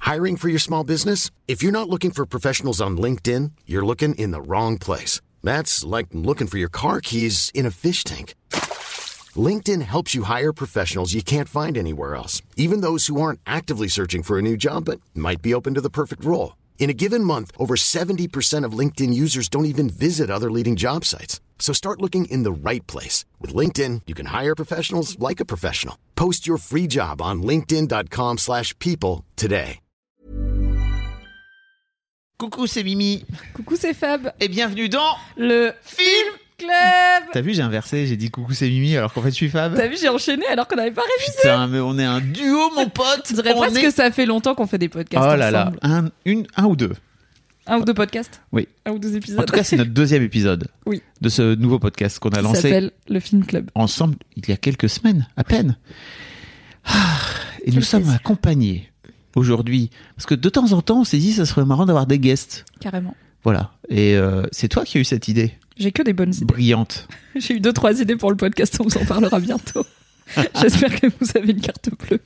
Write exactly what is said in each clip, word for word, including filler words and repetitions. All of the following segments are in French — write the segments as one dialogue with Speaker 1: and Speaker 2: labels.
Speaker 1: Hiring for your small business? If you're not looking for professionals on LinkedIn, you're looking in the wrong place. That's like looking for your car keys in a fish tank. LinkedIn helps you hire professionals you can't find anywhere else, even those who aren't actively searching for a new job but might be open to the perfect role. In a given month, over seventy percent of LinkedIn users don't even visit other leading job sites. So start looking in the right place. With LinkedIn, you can hire professionals like a professional. Post your free job on linkedin.com slash people today.
Speaker 2: Coucou, c'est Mimi.
Speaker 3: Coucou, c'est Fab.
Speaker 2: Et bienvenue dans
Speaker 3: le Film Club.
Speaker 2: T'as vu, j'ai inversé, j'ai dit coucou, c'est Mimi alors qu'en fait je suis Fab.
Speaker 3: T'as vu, j'ai enchaîné alors qu'on n'avait pas révisé.
Speaker 2: Putain, mais on est un duo, mon pote.
Speaker 3: Je dirais
Speaker 2: on
Speaker 3: presque
Speaker 2: est...
Speaker 3: que ça fait longtemps qu'on fait des podcasts
Speaker 2: oh
Speaker 3: ensemble.
Speaker 2: là là, un, une, un ou deux.
Speaker 3: Un ou deux podcasts.
Speaker 2: Oui.
Speaker 3: Un ou deux épisodes.
Speaker 2: En tout cas, c'est notre deuxième épisode.
Speaker 3: Oui.
Speaker 2: De ce nouveau podcast qu'on a
Speaker 3: Qui
Speaker 2: lancé.
Speaker 3: s'appelle le Film Club.
Speaker 2: Ensemble, il y a quelques semaines, à peine. Ah, et nous
Speaker 3: Quel
Speaker 2: sommes
Speaker 3: plaisir.
Speaker 2: accompagnés aujourd'hui. Parce que de temps en temps, on s'est dit, ça serait marrant d'avoir des guests.
Speaker 3: Carrément.
Speaker 2: Voilà. Et euh, c'est toi qui as eu cette idée.
Speaker 3: J'ai que des bonnes idées.
Speaker 2: Brillante.
Speaker 3: J'ai eu deux, trois idées pour le podcast, on vous en parlera bientôt. J'espère que vous avez une carte bleue.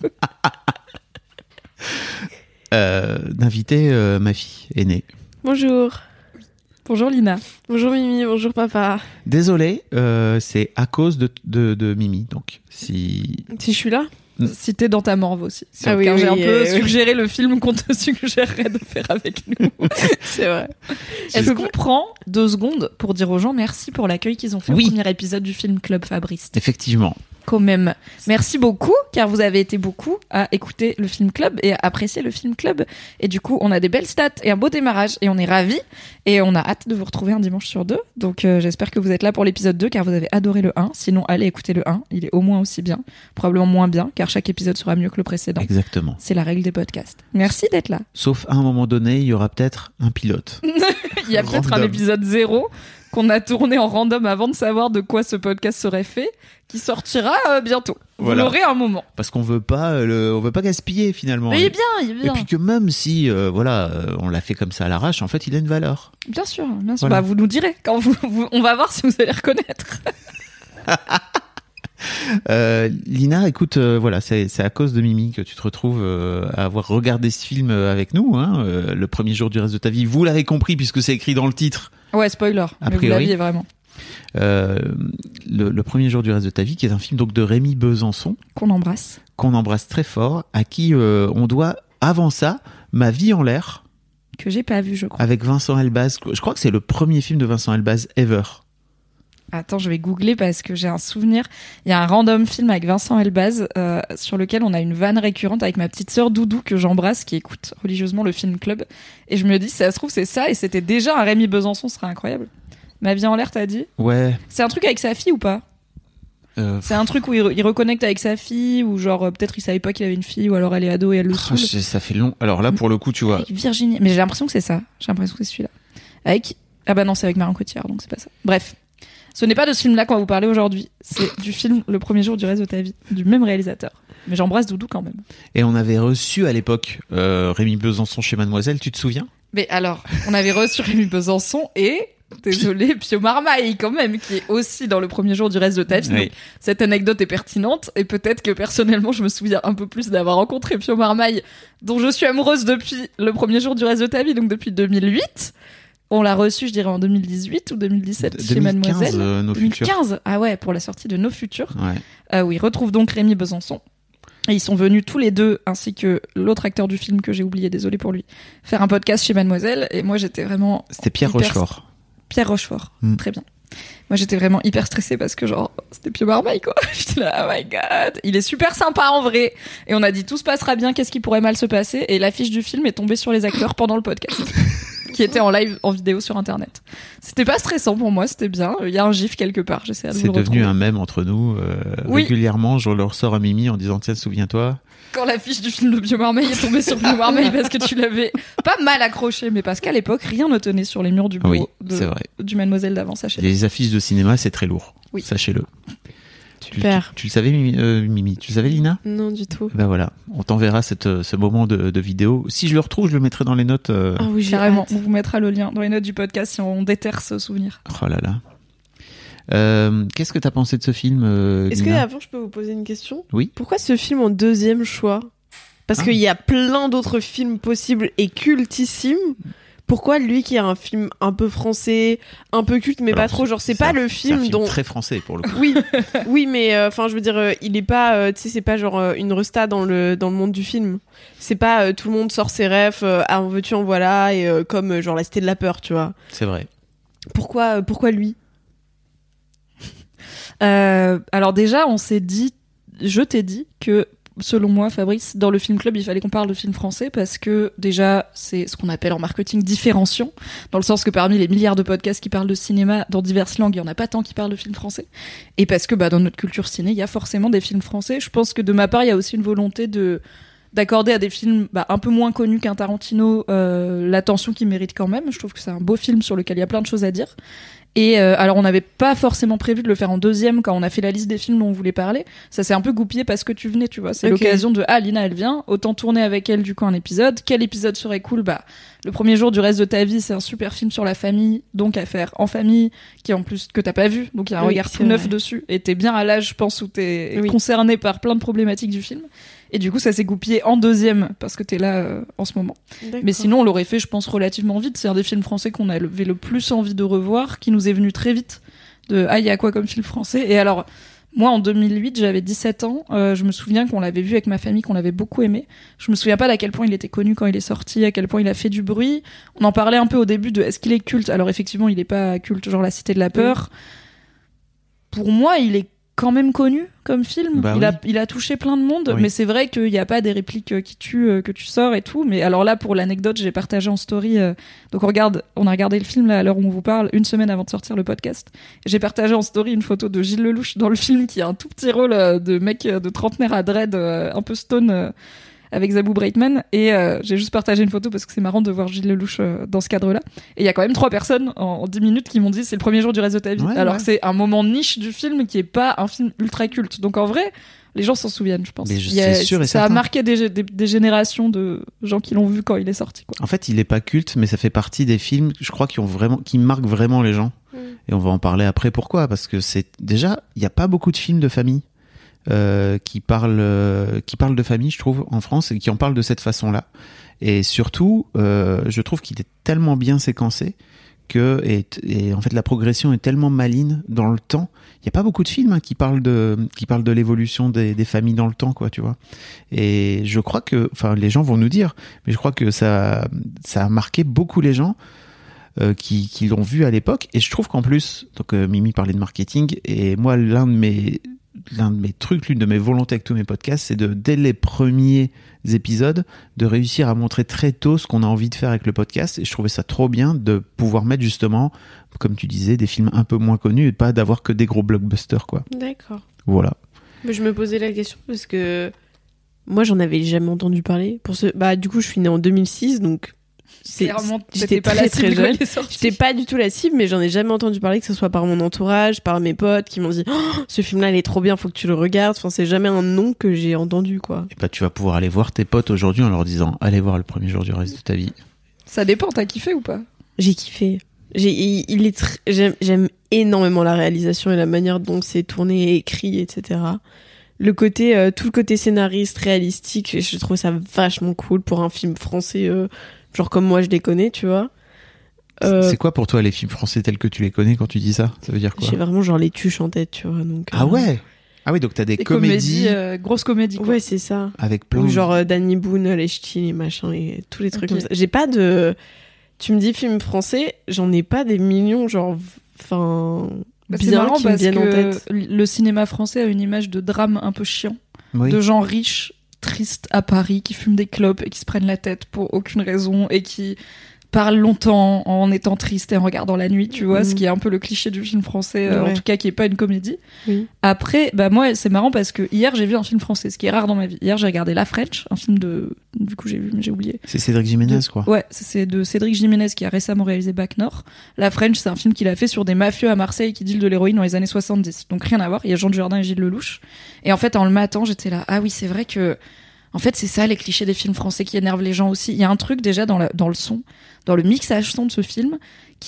Speaker 2: Euh, d'inviter euh, ma fille aînée.
Speaker 4: Bonjour.
Speaker 3: Bonjour Lina.
Speaker 4: Bonjour Mimi, bonjour papa.
Speaker 2: Désolé, euh, c'est à cause de, de, de Mimi. Donc, si...
Speaker 4: Si je suis là
Speaker 3: Si t'es dans ta morve aussi.
Speaker 4: Ah oui,
Speaker 3: Car
Speaker 4: oui,
Speaker 3: j'ai un peu
Speaker 4: euh,
Speaker 3: suggéré le film qu'on te suggérerait de faire avec nous.
Speaker 4: C'est vrai.
Speaker 3: Est-ce qu'on prend deux secondes pour dire aux gens merci pour l'accueil qu'ils ont fait
Speaker 2: Oui.
Speaker 3: au premier épisode du Film Club Fabrice?
Speaker 2: Effectivement.
Speaker 3: Quand même. Merci beaucoup, car vous avez été beaucoup à écouter le Film Club et à apprécier le Film Club. Et du coup, on a des belles stats et un beau démarrage et on est ravis. Et on a hâte de vous retrouver un dimanche sur deux. Donc euh, j'espère que vous êtes là pour l'épisode deux, car vous avez adoré le un. Sinon, allez écouter le un. Il est au moins aussi bien. Probablement moins bien, car chaque épisode sera mieux que le précédent.
Speaker 2: Exactement.
Speaker 3: C'est la règle des podcasts. Merci d'être là.
Speaker 2: Sauf à un moment donné, il y aura peut-être un pilote.
Speaker 3: Il y a peut-être un
Speaker 2: Random.
Speaker 3: épisode zéro qu'on a tourné en random avant de savoir de quoi ce podcast serait fait, qui sortira euh, bientôt.
Speaker 2: Voilà.
Speaker 3: Vous l'aurez un moment.
Speaker 2: Parce qu'on veut pas, euh, le, on veut pas gaspiller finalement.
Speaker 3: Mais il est bien, il est
Speaker 2: Et
Speaker 3: bien.
Speaker 2: puis que même si, euh, voilà, euh, on l'a fait comme ça à l'arrache, en fait, il a une valeur.
Speaker 3: Bien sûr, bien sûr.
Speaker 2: Voilà.
Speaker 3: Bah, vous nous direz quand vous, vous- on va voir si vous allez reconnaître.
Speaker 2: Euh, Lina, écoute, euh, voilà, c'est, c'est à cause de Mimi que tu te retrouves euh, à avoir regardé ce film euh, avec nous, hein, euh, le premier jour du reste de ta vie. Vous l'avez compris puisque c'est écrit dans le titre.
Speaker 3: Ouais, spoiler. mais vous
Speaker 2: priori.
Speaker 3: l'aviez vraiment.
Speaker 2: Euh, le, le premier jour du reste de ta vie, qui est un film donc de Rémi Besançon,
Speaker 3: Qu'on embrasse.
Speaker 2: qu'on embrasse très fort, à qui euh, on doit avant ça Ma vie en l'air
Speaker 3: Que j'ai pas vu, je crois.
Speaker 2: avec Vincent Elbaz. Je crois que c'est le premier film de Vincent Elbaz ever.
Speaker 3: Attends, je vais googler parce que j'ai un souvenir. Il y a un random film avec Vincent Elbaz euh, sur lequel on a une vanne récurrente avec ma petite sœur Doudou que j'embrasse, qui écoute religieusement le Film Club. Et je me dis, si ça se trouve, c'est ça. Et c'était déjà un Rémi Besançon, ce serait incroyable. Ma vie en l'air, t'as dit?
Speaker 2: Ouais.
Speaker 3: C'est un truc avec sa fille ou pas?
Speaker 2: Euh,
Speaker 3: C'est un truc où il, re- il reconnecte avec sa fille, ou genre euh, peut-être il savait pas qu'il avait une fille, ou alors elle est ado et elle le
Speaker 2: oh,
Speaker 3: saoule.
Speaker 2: je- ça fait long. Alors là, pour le coup, tu vois.
Speaker 3: Avec Virginie. Mais j'ai l'impression que c'est ça. J'ai l'impression que c'est celui-là. Avec. Ah bah non, c'est avec Marion Cotillard, donc c'est pas ça. Bref. Ce n'est pas de ce film-là qu'on va vous parler aujourd'hui. C'est du film Le premier jour du reste de ta vie, du même réalisateur. Mais j'embrasse Doudou quand même.
Speaker 2: Et on avait reçu à l'époque euh, Rémi Besançon chez Mademoiselle, tu te souviens?
Speaker 3: Mais alors, on avait reçu Rémi Besançon et. Désolé, Pio Marmaille quand même, qui est aussi dans Le premier jour du reste de ta vie.
Speaker 2: Oui.
Speaker 3: Donc, cette anecdote est pertinente et peut-être que personnellement, je me souviens un peu plus d'avoir rencontré Pio Marmaille, dont je suis amoureuse depuis Le premier jour du reste de ta vie, donc depuis deux mille huit. On l'a reçu, je dirais, en deux mille dix-huit ou deux mille dix-sept
Speaker 2: De-
Speaker 3: chez
Speaker 2: deux mille quinze,
Speaker 3: Mademoiselle.
Speaker 2: euh, nos
Speaker 3: deux mille
Speaker 2: futurs.
Speaker 3: quinze, ah ouais, pour la sortie de Nos Futurs.
Speaker 2: Ouais.
Speaker 3: Euh, où ils retrouvent donc Rémi Besançon. Et ils sont venus tous les deux, ainsi que l'autre acteur du film que j'ai oublié, désolé pour lui, faire un podcast chez Mademoiselle. Et moi, j'étais vraiment...
Speaker 2: C'était Pierre
Speaker 3: hyper-
Speaker 2: Rochefort.
Speaker 3: Pierre Rochefort,
Speaker 2: Mm.
Speaker 3: très bien. Moi, j'étais vraiment hyper stressée parce que, genre, c'était Pio Marmaille, quoi. J'étais là, oh my god. Il est super sympa, en vrai. Et on a dit, tout se passera bien, qu'est-ce qui pourrait mal se passer? Et l'affiche du film est tombée sur les acteurs pendant le podcast. Qui était en live, en vidéo sur Internet. C'était pas stressant pour moi, c'était bien. Il y a un gif quelque part, j'essaie de
Speaker 2: C'est
Speaker 3: vous le
Speaker 2: devenu
Speaker 3: retrouver.
Speaker 2: un mème entre nous. euh,
Speaker 3: Oui.
Speaker 2: Régulièrement, je le ressors à Mimi en disant tiens, souviens-toi.
Speaker 3: Quand l'affiche du film de Pio Marmaille est tombée sur Pio Marmaille parce que tu l'avais pas mal accroché, mais parce qu'à l'époque, rien ne tenait sur les murs du bureau
Speaker 2: Oui,
Speaker 3: de-
Speaker 2: c'est vrai.
Speaker 3: du Mademoiselle d'avant, sachez-le.
Speaker 2: Les affiches de cinéma, c'est très lourd.
Speaker 3: Oui.
Speaker 2: Sachez-le. Tu,
Speaker 4: Super.
Speaker 2: tu, tu le savais, Mimi, euh, Mimi Tu le savais, Lina?
Speaker 4: Non, du tout.
Speaker 2: Ben voilà, on t'enverra cette, ce moment de, de vidéo. Si je le retrouve, je le mettrai dans les notes. euh,
Speaker 4: Ah oui, j'ai
Speaker 3: Carrément,
Speaker 4: hâte.
Speaker 3: on vous mettra le lien dans les notes du podcast si on déterre ce souvenir.
Speaker 2: Oh là là. Euh, qu'est-ce que t'as pensé de ce film, euh,
Speaker 4: Est-ce que
Speaker 2: Lina
Speaker 4: avant je peux vous poser une question?
Speaker 2: Oui.
Speaker 4: Pourquoi ce film en deuxième choix? Parce
Speaker 2: Ah.
Speaker 4: qu'il y a plein d'autres films possibles et cultissimes. Pourquoi lui qui a un film un peu français, un peu culte, mais
Speaker 2: Alors,
Speaker 4: pas trop, genre c'est pas
Speaker 2: un-
Speaker 4: le
Speaker 2: c'est un
Speaker 4: film dont...
Speaker 2: très français pour le coup.
Speaker 4: Oui, oui, mais enfin, je veux dire, euh, il est pas, euh, tu sais, c'est pas genre euh, une resta dans le dans le monde du film. C'est pas euh, tout le monde sort ses refs, euh, ah en veux-tu en voilà, et euh, comme euh, genre la Cité de la peur, tu vois.
Speaker 2: C'est vrai.
Speaker 4: Pourquoi, euh, pourquoi lui?
Speaker 3: Euh, alors déjà, on s'est dit, je t'ai dit que selon moi, Fabrice, dans le film club, il fallait qu'on parle de film français parce que déjà, c'est ce qu'on appelle en marketing différenciant, dans le sens que parmi les milliards de podcasts qui parlent de cinéma dans diverses langues, il y en a pas tant qui parlent de films français. Et parce que bah, dans notre culture ciné, il y a forcément des films français. Je pense que de ma part, il y a aussi une volonté de d'accorder à des films bah, un peu moins connus qu'un Tarantino euh, l'attention qu'ils méritent quand même. Je trouve que c'est un beau film sur lequel il y a plein de choses à dire. Et euh, alors on n'avait pas forcément prévu de le faire en deuxième quand on a fait la liste des films dont on voulait parler. Ça s'est un peu goupillé parce que tu venais, tu vois. C'est
Speaker 4: Ok.
Speaker 3: l'occasion de ah Lina elle vient, autant tourner avec elle du coup un épisode. Quel épisode serait cool? Bah le premier jour du reste de ta vie, c'est un super film sur la famille, donc à faire en famille, qui en plus que t'as pas vu, donc il y a un
Speaker 4: Oui,
Speaker 3: regard
Speaker 4: c'est
Speaker 3: tout neuf
Speaker 4: vrai.
Speaker 3: dessus. Et t'es bien à l'âge, je pense, où t'es
Speaker 4: Oui.
Speaker 3: concerné par plein de problématiques du film. Et du coup ça s'est goupillé en deuxième parce que t'es là euh, en ce moment. Mais sinon, on l'aurait fait, je pense, relativement vite. C'est un des films français qu'on avait le plus envie de revoir, qui nous est venu très vite. De ah, il y a quoi comme film français? Et alors, moi, en deux mille huit, j'avais dix-sept ans. Euh, je me souviens qu'on l'avait vu avec ma famille, qu'on l'avait beaucoup aimé. Je me souviens pas d'à quel point il était connu quand il est sorti, à quel point il a fait du bruit. On en parlait un peu au début de est-ce qu'il est culte? Alors, effectivement, il est pas culte, genre La Cité de la Peur. Pour moi, il est quand même connu comme film.
Speaker 2: Bah
Speaker 3: il,
Speaker 2: oui.
Speaker 3: a, il a touché plein de monde,
Speaker 2: Oui.
Speaker 3: mais c'est vrai qu'il n'y a pas des répliques euh, qui tuent, euh, que tu sors et tout. Mais alors là, pour l'anecdote, j'ai partagé en story. euh, donc on regarde, on a regardé le film là à l'heure où on vous parle, une semaine avant de sortir le podcast. J'ai partagé en story une photo de Gilles Lelouch dans le film, qui a un tout petit rôle euh, de mec euh, de trentenaire à dread, euh, un peu stone. euh, avec Zabou Breitman, et euh, j'ai juste partagé une photo parce que c'est marrant de voir Gilles Lelouch euh, dans ce cadre-là. Et il y a quand même trois personnes en, en dix minutes qui m'ont dit c'est le premier jour du reste de ta vie.
Speaker 2: Ouais,
Speaker 3: Alors
Speaker 2: ouais.
Speaker 3: que c'est un moment niche du film qui est pas un film ultra culte. Donc en vrai, les gens s'en souviennent, je pense.
Speaker 2: Mais je-
Speaker 3: Il y a-
Speaker 2: c'est sûr et
Speaker 3: ça a
Speaker 2: certain.
Speaker 3: marqué des, des, des générations de gens qui l'ont vu quand il est sorti. Quoi.
Speaker 2: En fait, il est pas culte, mais ça fait partie des films, je crois, qui ont vraiment, qui marquent vraiment les gens.
Speaker 4: Mm.
Speaker 2: Et on va en parler après. Pourquoi? Parce que c'est déjà, il y a pas beaucoup de films de famille euh, qui parlent, euh, qui parlent de famille, je trouve, en France, et qui en parlent de cette façon-là. Et surtout, euh, je trouve qu'il est tellement bien séquencé que, et, et en fait, la progression est tellement maligne dans le temps. Il y a pas beaucoup de films hein, qui parlent de, qui parlent de l'évolution des, des familles dans le temps, quoi, tu vois. Et je crois que, enfin, les gens vont nous dire, mais je crois que ça, ça a marqué beaucoup les gens. Euh, qui, qui l'ont vu à l'époque, et je trouve qu'en plus, donc euh, Mimi parlait de marketing, et moi l'un de mes l'un de mes trucs, l'une de mes volontés avec tous mes podcasts, c'est de dès les premiers épisodes de réussir à montrer très tôt ce qu'on a envie de faire avec le podcast, et je trouvais ça trop bien de pouvoir mettre justement, comme tu disais, des films un peu moins connus et pas d'avoir que des gros blockbusters, quoi.
Speaker 4: D'accord.
Speaker 2: Voilà.
Speaker 4: Mais je me posais la question parce que moi, j'en avais jamais entendu parler. Pour ce... Bah, du coup, je suis née en deux mille six, donc c'est...
Speaker 3: Clairement,
Speaker 4: j'étais
Speaker 3: t'étais pas
Speaker 4: très,
Speaker 3: la
Speaker 4: très
Speaker 3: cible quand
Speaker 4: jeune.
Speaker 3: il est sorti.
Speaker 4: J'étais pas du tout la cible, mais j'en ai jamais entendu parler, que ce soit par mon entourage, par mes potes qui m'ont dit oh, ce film-là, il est trop bien, faut que tu le regardes. Enfin, c'est jamais un nom que j'ai entendu, quoi.
Speaker 2: Et bah tu vas pouvoir aller voir tes potes aujourd'hui en leur disant allez voir le premier jour du reste de ta vie.
Speaker 3: Ça dépend, t'as kiffé ou pas?
Speaker 4: J'ai kiffé. J'ai, il, il est tr- j'aime, j'aime énormément la réalisation et la manière dont c'est tourné, écrit, et cetera. Le côté, euh, tout le côté scénariste, réalistique, je trouve ça vachement cool pour un film français, euh, genre comme moi je les connais, tu vois. Euh,
Speaker 2: C'est quoi pour toi les films français tels que tu les connais quand tu dis ça? Ça veut dire quoi?
Speaker 4: j'ai vraiment genre les tuches en tête, tu vois. Donc,
Speaker 2: Ah
Speaker 4: euh,
Speaker 2: ouais. Ah oui, donc t'as des
Speaker 3: Des
Speaker 2: comédies,
Speaker 3: comédies, euh, grosses comédies. Quoi.
Speaker 4: Ouais, c'est ça.
Speaker 2: avec plein
Speaker 4: Ou
Speaker 2: de...
Speaker 4: genre euh, Danny Boone, les ch'tis, les machins, et tous les trucs
Speaker 3: Ok.
Speaker 4: comme ça. J'ai pas de... Tu me dis film français, j'en ai pas des millions, genre... Enfin...
Speaker 3: Bah, c'est
Speaker 4: bien
Speaker 3: marrant
Speaker 4: qui me
Speaker 3: parce
Speaker 4: viennent en
Speaker 3: que
Speaker 4: tête.
Speaker 3: le cinéma français a une image de drame un peu chiant.
Speaker 2: Oui.
Speaker 3: De gens riches, tristes à Paris, qui fument des clopes et qui se prennent la tête pour aucune raison et qui parlent longtemps en étant tristes et en regardant la nuit, tu vois,
Speaker 4: Mhm.
Speaker 3: ce qui est un peu le cliché du film français, euh,
Speaker 4: Ouais.
Speaker 3: en tout cas qui est pas une comédie.
Speaker 4: Oui.
Speaker 3: Après, bah moi c'est marrant parce que hier j'ai vu un film français, ce qui est rare dans ma vie. Hier j'ai regardé La French, un film de, du coup j'ai vu mais j'ai oublié.
Speaker 2: C'est Cédric Jiménez, quoi.
Speaker 3: Ouais, c'est de Cédric Jiménez qui a récemment réalisé Bac Nord. La French, c'est un film qu'il a fait sur des mafieux à Marseille qui dealent de l'héroïne dans les années soixante-dix. Donc rien à voir. Il y a Jean Dujardin et Gilles Lelouch. Et en fait, en le matant, j'étais là. Ah oui, c'est vrai que, en fait, c'est ça les clichés des films français qui énervent les gens aussi. Il y a un truc déjà dans, la, dans le son, dans le mixage son de ce film qui est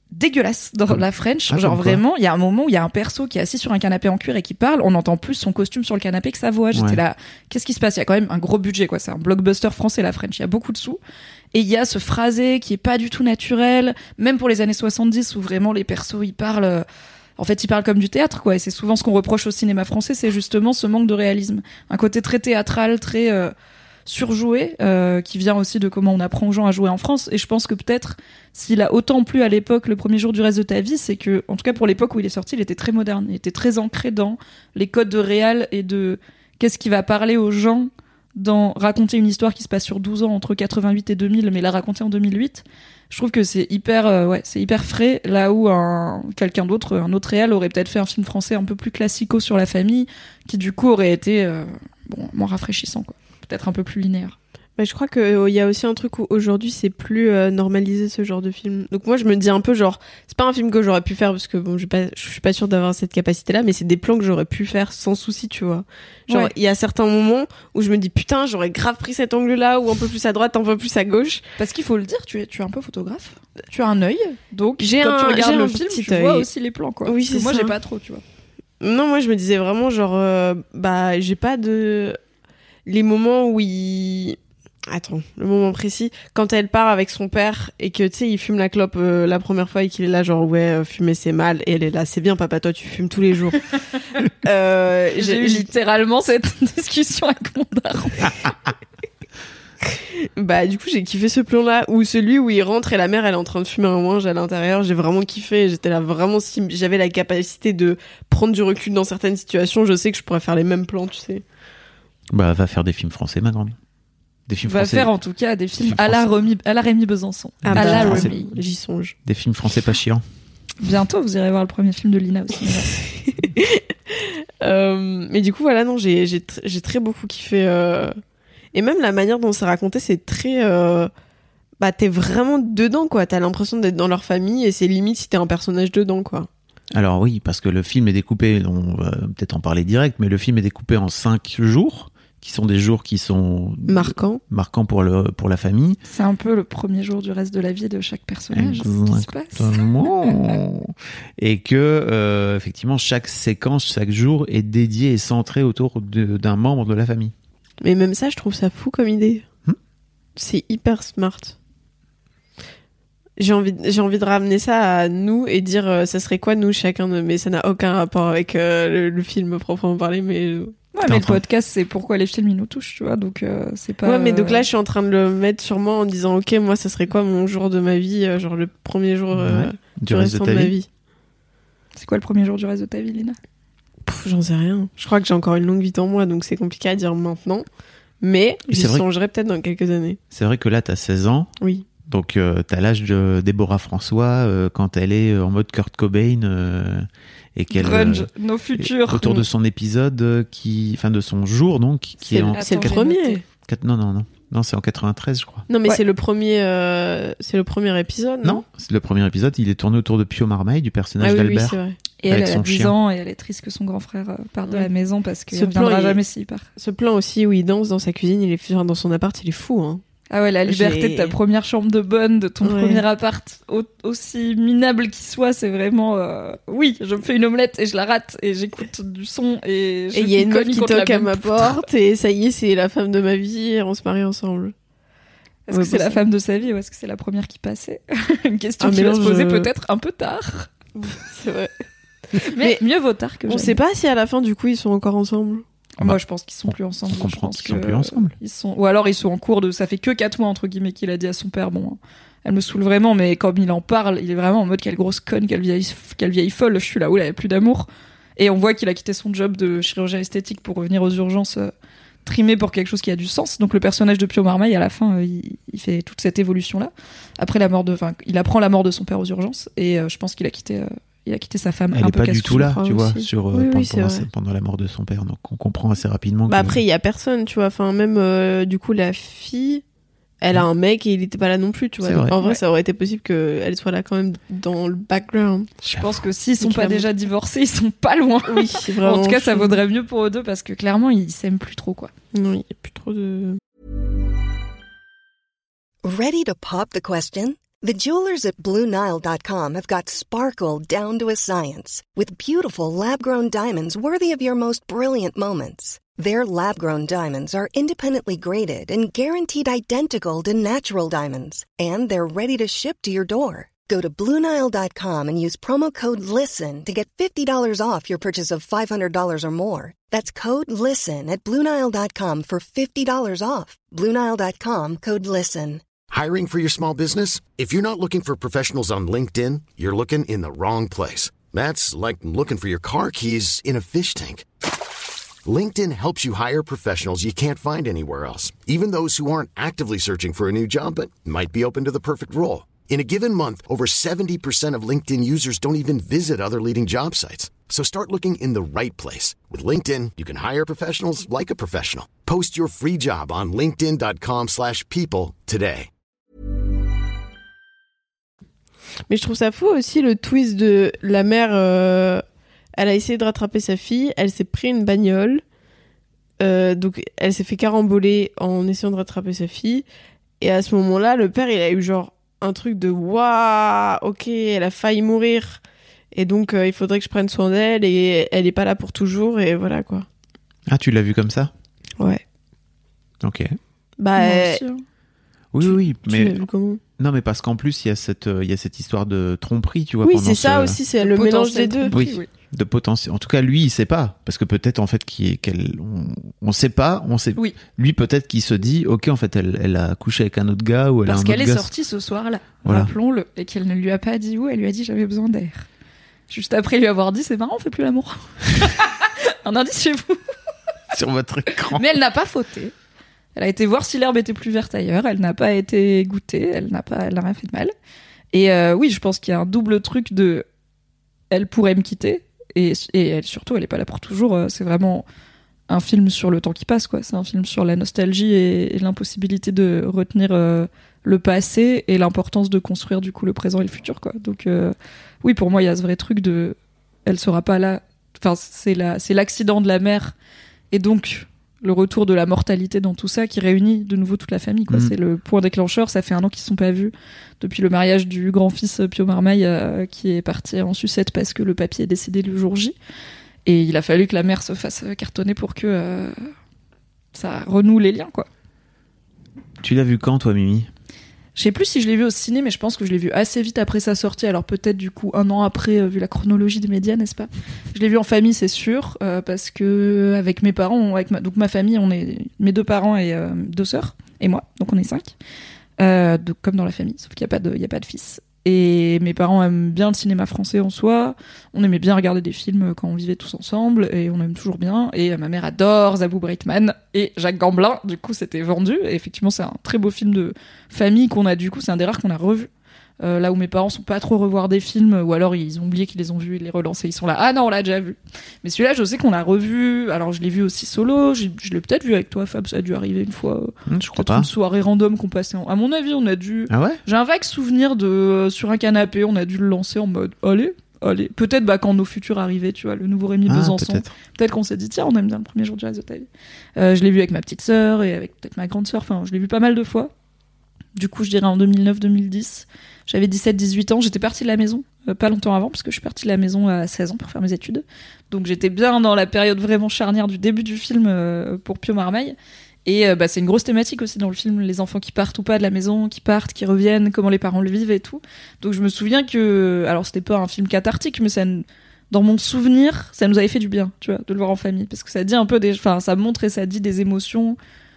Speaker 3: dégueulasse dans la French.
Speaker 2: Ah,
Speaker 3: Genre
Speaker 2: comme quoi.
Speaker 3: vraiment, il y a un moment où il y a un perso qui est assis sur un canapé en cuir et qui parle, on entend plus son costume sur le canapé que sa voix. J'étais
Speaker 2: Ouais.
Speaker 3: là, qu'est-ce qui se passe? Il y a quand même un gros budget, quoi. C'est un blockbuster français, la French. Il y a beaucoup de sous. Et il y a ce phrasé qui est pas du tout naturel, même pour les années soixante-dix où vraiment les persos, ils parlent, euh, en fait, ils parlent comme du théâtre, quoi. Et c'est souvent ce qu'on reproche au cinéma français, c'est justement ce manque de réalisme. Un côté très théâtral, très, euh, surjoué, euh, qui vient aussi de comment on apprend aux gens à jouer en France. Et je pense que peut-être, s'il a autant plu à l'époque Le premier jour du reste de ta vie, c'est que, en tout cas pour l'époque où il est sorti, il était très moderne. Il était très ancré dans les codes de réal et de qu'est-ce qui va parler aux gens dans raconter une histoire qui se passe sur douze ans entre quatre-vingt-huit et deux mille, mais la raconter en deux mille huit. Je trouve que c'est hyper, euh, ouais, c'est hyper frais, là où un, quelqu'un d'autre, un autre réal aurait peut-être fait un film français un peu plus classico sur la famille, qui du coup aurait été, euh, bon, moins rafraîchissant, quoi. Peut-être un peu plus linéaire.
Speaker 4: Bah, je crois qu'il euh, y a aussi un truc où aujourd'hui c'est plus euh, normalisé ce genre de film. Donc moi je me dis un peu genre, c'est pas un film que j'aurais pu faire parce que bon, je suis pas sûre d'avoir cette capacité-là, mais c'est des plans que j'aurais pu faire sans souci, tu vois. Genre il ouais. y a certains moments où je me dis putain, j'aurais grave pris cet angle-là, ou un peu plus à droite, un peu plus à gauche.
Speaker 3: Parce qu'il faut le dire, tu es, tu es un peu photographe, tu as un œil, donc
Speaker 4: j'ai
Speaker 3: quand
Speaker 4: un,
Speaker 3: tu regardes le
Speaker 4: un
Speaker 3: film, tu
Speaker 4: œil.
Speaker 3: vois aussi les plans, quoi.
Speaker 4: Oui,
Speaker 3: parce que moi
Speaker 4: ça.
Speaker 3: j'ai pas trop, tu vois.
Speaker 4: Non, moi je me disais vraiment genre, euh, bah j'ai pas de... Les moments où il... Attends, le moment précis, quand elle part avec son père et que tu sais il fume la clope euh, la première fois et qu'il est là genre ouais euh, fumer c'est mal, et elle est là c'est bien papa, toi tu fumes tous les jours. euh,
Speaker 3: j'ai, j'ai eu littéralement cette discussion avec mon daron.
Speaker 4: Bah du coup j'ai kiffé ce plan là, ou celui où il rentre et la mère elle est en train de fumer un ouinge à l'intérieur. J'ai vraiment kiffé, j'étais là vraiment, si j'avais la capacité de prendre du recul dans certaines situations, je sais que je pourrais faire les mêmes plans, tu sais.
Speaker 2: Bah va faire des films français ma grande. Des films
Speaker 3: va
Speaker 2: français.
Speaker 3: faire en tout cas des films,
Speaker 2: films
Speaker 3: à, la Rémi, à la Rémi Besançon.
Speaker 4: Ah
Speaker 3: à
Speaker 4: bah,
Speaker 3: la
Speaker 2: français.
Speaker 3: Rémi.
Speaker 4: J'y songe.
Speaker 2: Des films français pas chiants.
Speaker 3: Bientôt, vous irez voir le premier film de Lina aussi.
Speaker 4: euh, mais du coup, voilà, non, j'ai, j'ai, tr- j'ai très beaucoup kiffé. Euh... Et même la manière dont c'est raconté, c'est très... Euh... Bah, t'es vraiment dedans, quoi. T'as l'impression d'être dans leur famille et c'est limite si t'es un personnage dedans, quoi.
Speaker 2: Alors oui, parce que le film est découpé, on va peut-être en parler direct, mais le film est découpé en cinq jours, qui sont des jours qui sont
Speaker 4: marquants,
Speaker 2: marquants pour le pour la famille.
Speaker 3: C'est un peu le premier jour du reste de la vie de chaque personnage.
Speaker 2: Exactement. Et que euh, effectivement chaque séquence, chaque jour est dédié et centré autour de, d'un membre de la famille.
Speaker 4: Mais même ça, je trouve ça fou comme idée.
Speaker 2: Hmm
Speaker 4: c'est hyper smart. J'ai envie, j'ai envie de ramener ça à nous et dire euh, ça serait quoi nous chacun de... Mais ça n'a aucun rapport avec euh, le, le film proprement parlé, mais...
Speaker 3: Ouais, mais le podcast, c'est pourquoi les films, ils nous touchent, tu vois, donc euh, c'est pas...
Speaker 4: Ouais, mais donc là, je suis en train de le mettre sur moi en disant, ok, moi, ça serait quoi mon jour de ma vie, euh, genre le premier jour euh,
Speaker 2: ouais.
Speaker 4: du,
Speaker 2: du reste de, ta
Speaker 4: de ma
Speaker 2: vie.
Speaker 4: vie.
Speaker 3: C'est quoi le premier jour du reste de ta vie, Lina?
Speaker 4: Pff, j'en sais rien. Je crois que j'ai encore une longue vie en moi, donc c'est compliqué à dire maintenant. Mais j'y songerai peut-être dans quelques années.
Speaker 2: C'est vrai que là, t'as seize ans.
Speaker 4: Oui.
Speaker 2: Donc, euh, t'as l'âge de Déborah François euh, quand elle est en mode Kurt Cobain euh, et qu'elle
Speaker 3: grunge,
Speaker 2: euh,
Speaker 3: nos futurs
Speaker 2: autour de son épisode euh, qui, enfin de son jour donc qui
Speaker 4: c'est
Speaker 2: est en.
Speaker 4: Attends, c'est le premier.
Speaker 2: Quatre, non non non non c'est en quatre-vingt-treize je crois.
Speaker 4: Non mais
Speaker 3: ouais.
Speaker 4: c'est le premier, euh, c'est le premier épisode. Non,
Speaker 2: non c'est le premier épisode. Il est tourné autour de Pio Marmaille, du personnage
Speaker 4: ah, oui,
Speaker 2: d'Albert.
Speaker 4: Oui, c'est vrai.
Speaker 3: Et elle, elle a dix
Speaker 2: chien.
Speaker 3: ans et elle est triste que son grand frère parte de
Speaker 4: ouais.
Speaker 3: la maison parce qu'il ne reviendra jamais s'il part.
Speaker 4: Ce plan aussi où il danse dans sa cuisine, il est dans son appart, il est fou, hein.
Speaker 3: Ah ouais, la liberté J'ai... de ta première chambre de bonne, de ton ouais. premier appart, au- aussi minable qu'il soit, c'est vraiment... Euh... Oui, je me fais une omelette et je la rate et j'écoute du son et je
Speaker 4: Et il y a une meuf qui toque à ma porte et ça y est, c'est la femme de ma vie et on se marie ensemble.
Speaker 3: Est-ce ouais, que c'est la femme de sa vie ou est-ce que c'est la première qui passait? Une question
Speaker 4: ah,
Speaker 3: qui va se poser
Speaker 4: je...
Speaker 3: peut-être un peu tard.
Speaker 4: C'est vrai.
Speaker 3: Mais, mais mieux vaut tard que jamais.
Speaker 4: On sait pas si à la fin, du coup, ils sont encore ensemble.
Speaker 3: Bah, moi, je pense qu'ils sont plus ensemble.
Speaker 2: On comprend
Speaker 3: qu'ils
Speaker 2: qu'ils sont plus ensemble.
Speaker 3: Ils sont... Ou alors, ils sont en cours de... Ça fait que quatre mois, entre guillemets, qu'il a dit à son père. Bon, elle me saoule vraiment, mais comme il en parle, il est vraiment en mode quelle grosse conne, quelle vieille, quelle vieille folle. Je suis là où il avait plus d'amour. Et on voit qu'il a quitté son job de chirurgien esthétique pour revenir aux urgences euh, trimer pour quelque chose qui a du sens. Donc, le personnage de Pio Marmaille, à la fin, euh, il, il fait toute cette évolution-là. Après la mort de... Enfin, il apprend la mort de son père aux urgences. Et euh, je pense qu'il a quitté... Euh, Il a quitté sa femme.
Speaker 2: Elle
Speaker 3: un
Speaker 2: n'est
Speaker 3: peu
Speaker 2: pas du tout là, tu vois,
Speaker 4: aussi.
Speaker 2: sur,
Speaker 4: oui,
Speaker 2: euh,
Speaker 4: oui,
Speaker 2: pendant,
Speaker 4: pendant,
Speaker 2: pendant la mort de son père. Donc on comprend assez rapidement.
Speaker 4: Bah
Speaker 2: que...
Speaker 4: après, il y a personne, tu vois. Enfin, même euh, du coup, la fille, elle a un mec et il n'était pas là non plus, tu vois.
Speaker 2: Vrai.
Speaker 4: En vrai,
Speaker 3: ouais.
Speaker 4: ça aurait été possible qu'elle soit là quand même dans le background.
Speaker 3: Je pense que s'ils sont pas déjà divorcés, ils sont pas loin.
Speaker 4: Oui, c'est vraiment.
Speaker 3: En tout cas, ça vaudrait mieux pour eux deux parce que clairement, ils s'aiment plus trop, quoi.
Speaker 4: Non, il y a plus trop de.
Speaker 5: Ready to pop the question? The jewelers at Blue Nile dot com have got sparkle down to a science with beautiful lab-grown diamonds worthy of your most brilliant moments. Their lab-grown diamonds are independently graded and guaranteed identical to natural diamonds, and they're ready to ship to your door. Go to Blue Nile dot com and use promo code LISTEN to get fifty dollars off your purchase of five hundred dollars or more. That's code LISTEN at Blue Nile dot com for fifty dollars off. Blue Nile dot com, code LISTEN.
Speaker 1: Hiring for your small business? If you're not looking for professionals on LinkedIn, you're looking in the wrong place. That's like looking for your car keys in a fish tank. LinkedIn helps you hire professionals you can't find anywhere else, even those who aren't actively searching for a new job but might be open to the perfect role. In a given month, over seventy percent of LinkedIn users don't even visit other leading job sites. So start looking in the right place. With LinkedIn, you can hire professionals like a professional. Post your free job on linkedin dot com slash people today.
Speaker 4: Mais je trouve ça fou aussi le twist de la mère. Euh, elle a essayé de rattraper sa fille, elle s'est pris une bagnole, euh, donc elle s'est fait caramboler en essayant de rattraper sa fille. Et à ce moment-là, le père, il a eu genre un truc de waouh, ok, elle a failli mourir, et donc euh, il faudrait que je prenne soin d'elle, et elle est pas là pour toujours, et voilà quoi.
Speaker 2: Ah, tu l'as vu comme ça?
Speaker 4: Ouais.
Speaker 2: Ok.
Speaker 4: Bah. Euh,
Speaker 2: oui,
Speaker 4: tu,
Speaker 2: oui,
Speaker 4: tu
Speaker 2: mais.
Speaker 4: l'as vu comment?
Speaker 2: Non, mais parce qu'en plus, il y a cette, euh, il y a cette histoire de tromperie, tu vois.
Speaker 4: Oui,
Speaker 2: pendant
Speaker 4: c'est
Speaker 2: ce...
Speaker 4: ça aussi, c'est le mélange des deux.
Speaker 2: Oui, oui, de potentiel. En tout cas, lui, il sait pas, parce que peut-être en fait qu'il, qu'elle, on, on sait pas, on sait.
Speaker 3: Oui.
Speaker 2: Lui, peut-être qu'il se dit, ok, en fait, elle, elle a couché avec un autre gars ou elle
Speaker 3: parce
Speaker 2: a un
Speaker 3: qu'elle
Speaker 2: autre
Speaker 3: est
Speaker 2: gars.
Speaker 3: sortie ce soir-là,
Speaker 2: voilà.
Speaker 3: Rappelons-le, et qu'elle ne lui a pas dit où. Elle lui a dit j'avais besoin d'air. Juste après lui avoir dit c'est marrant, on fait plus l'amour. Un indice chez vous.
Speaker 2: Sur votre écran.
Speaker 3: Mais elle n'a pas fauté. Elle a été voir si l'herbe était plus verte ailleurs. Elle n'a pas été goûtée. Elle n'a pas, elle n'a rien fait de mal. Et euh, oui, je pense qu'il y a un double truc de, elle pourrait me quitter et, et elle, surtout, elle est pas là pour toujours. C'est vraiment un film sur le temps qui passe, quoi. C'est un film sur la nostalgie et, et l'impossibilité de retenir euh, le passé et l'importance de construire du coup le présent et le futur, quoi. Donc euh, oui, pour moi, il y a ce vrai truc de, elle sera pas là. Enfin, c'est la, c'est l'accident de la mère et donc le retour de la mortalité dans tout ça qui réunit de nouveau toute la famille, quoi. Mmh. C'est le point déclencheur. Ça fait un an qu'ils se sont pas vus depuis le mariage du grand-fils Pio Marmaille euh, qui est parti en sucette parce que le papy est décédé le jour J. Et il a fallu que la mère se fasse cartonner pour que euh, ça renoue les liens, quoi.
Speaker 2: Tu l'as vu quand, toi, Mimi ?
Speaker 3: Je sais plus si je l'ai vu au ciné, mais je pense que je l'ai vu assez vite après sa sortie. Alors peut-être du coup un an après, euh, vu la chronologie des médias, n'est-ce pas ? Je l'ai vu en famille, c'est sûr, euh, parce que avec mes parents, avec ma, donc ma famille, on est mes deux parents et euh, deux sœurs et moi, donc on est cinq, euh, donc comme dans la famille, sauf qu'il y a pas de, il y a pas de fils. Et mes parents aiment bien le cinéma français en soi. On aimait bien regarder des films quand on vivait tous ensemble, et on aime toujours bien. Et ma mère adore Zabou Breitman et Jacques Gamblin. Du coup, c'était vendu. Et effectivement, c'est un très beau film de famille qu'on a, du coup, c'est un des rares qu'on a revu. Euh, là où mes parents sont pas trop revoir des films, ou alors ils ont oublié qu'ils les ont vus et les relancer. Ils sont là, ah non, on l'a déjà vu. Mais celui-là, je sais qu'on l'a revu. Alors je l'ai vu aussi solo. J'ai, je l'ai peut-être vu avec toi, Fab. Ça a dû arriver une fois.
Speaker 2: Mmh, je crois pas.
Speaker 3: Une soirée random qu'on passait. En... À mon avis, on a dû.
Speaker 2: Ah ouais.
Speaker 3: J'ai un vague souvenir de euh, sur un canapé, on a dû le lancer en mode, allez, allez. Peut-être bah quand nos futurs arrivaient, tu vois, le nouveau Rémi
Speaker 2: ah,
Speaker 3: Besançon.
Speaker 2: Peut-être.
Speaker 3: peut-être qu'on s'est dit tiens, on aime bien le premier jour de jazz de ta vie. Euh, je l'ai vu avec ma petite sœur et avec peut-être ma grande sœur. Enfin, je l'ai vu pas mal de fois. Du coup, je dirais en deux mille neuf deux mille dix. J'avais dix-sept dix-huit ans, j'étais partie de la maison, euh, pas longtemps avant, parce que je suis partie de la maison à seize ans pour faire mes études. Donc j'étais bien dans la période vraiment charnière du début du film euh, pour Pio Marmaille. Et euh, bah, c'est une grosse thématique aussi dans le film, les enfants qui partent ou pas de la maison, qui partent, qui reviennent, comment les parents le vivent et tout. Donc je me souviens que, alors c'était pas un film cathartique, mais ça, dans mon souvenir, ça nous avait fait du bien, tu vois, de le voir en famille. Parce que ça dit un peu des, enfin, ça montre et ça dit des émotions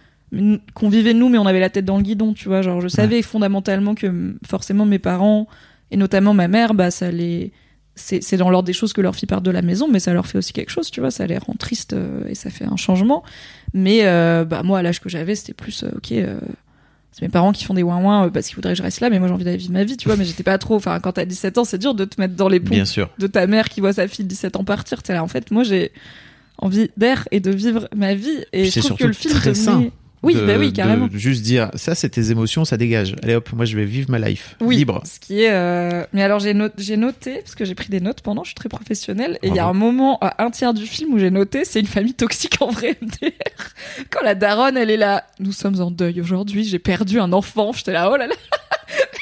Speaker 3: qu'on vivait nous, mais on avait la tête dans le guidon, tu vois. Genre, je savais ouais. fondamentalement que forcément mes parents, et notamment ma mère, bah, ça les, c'est, c'est dans l'ordre des choses que leur fille parte de la maison, mais ça leur fait aussi quelque chose, tu vois. Ça les rend tristes euh, et ça fait un changement. Mais euh, bah, moi, à l'âge que j'avais, c'était plus, euh, ok, euh, c'est mes parents qui font des ouin-ouin euh, parce qu'ils voudraient que je reste là, mais moi j'ai envie de vivre ma vie, tu vois. Mais j'étais pas trop, enfin, quand t'as dix-sept ans, c'est dur de te mettre dans les pompes de ta mère qui voit sa fille de dix-sept ans partir. T'es là, en fait, moi j'ai envie d'air et de vivre ma vie. Et
Speaker 2: puis
Speaker 3: je trouve que le film te met...
Speaker 2: sain.
Speaker 3: Oui,
Speaker 2: de,
Speaker 3: bah oui, carrément.
Speaker 2: De juste dire, ça, c'est tes émotions, ça dégage. Allez hop, moi, je vais vivre ma life.
Speaker 3: Oui,
Speaker 2: libre.
Speaker 3: Ce qui est, euh... mais alors, j'ai, no- j'ai noté, parce que j'ai pris des notes pendant, je suis très professionnelle, et il y a un moment, à un tiers du film où j'ai noté, c'est une famille toxique en vrai M D R. Quand la daronne, elle est là, nous sommes en deuil aujourd'hui, j'ai perdu un enfant, j'étais là, oh là là.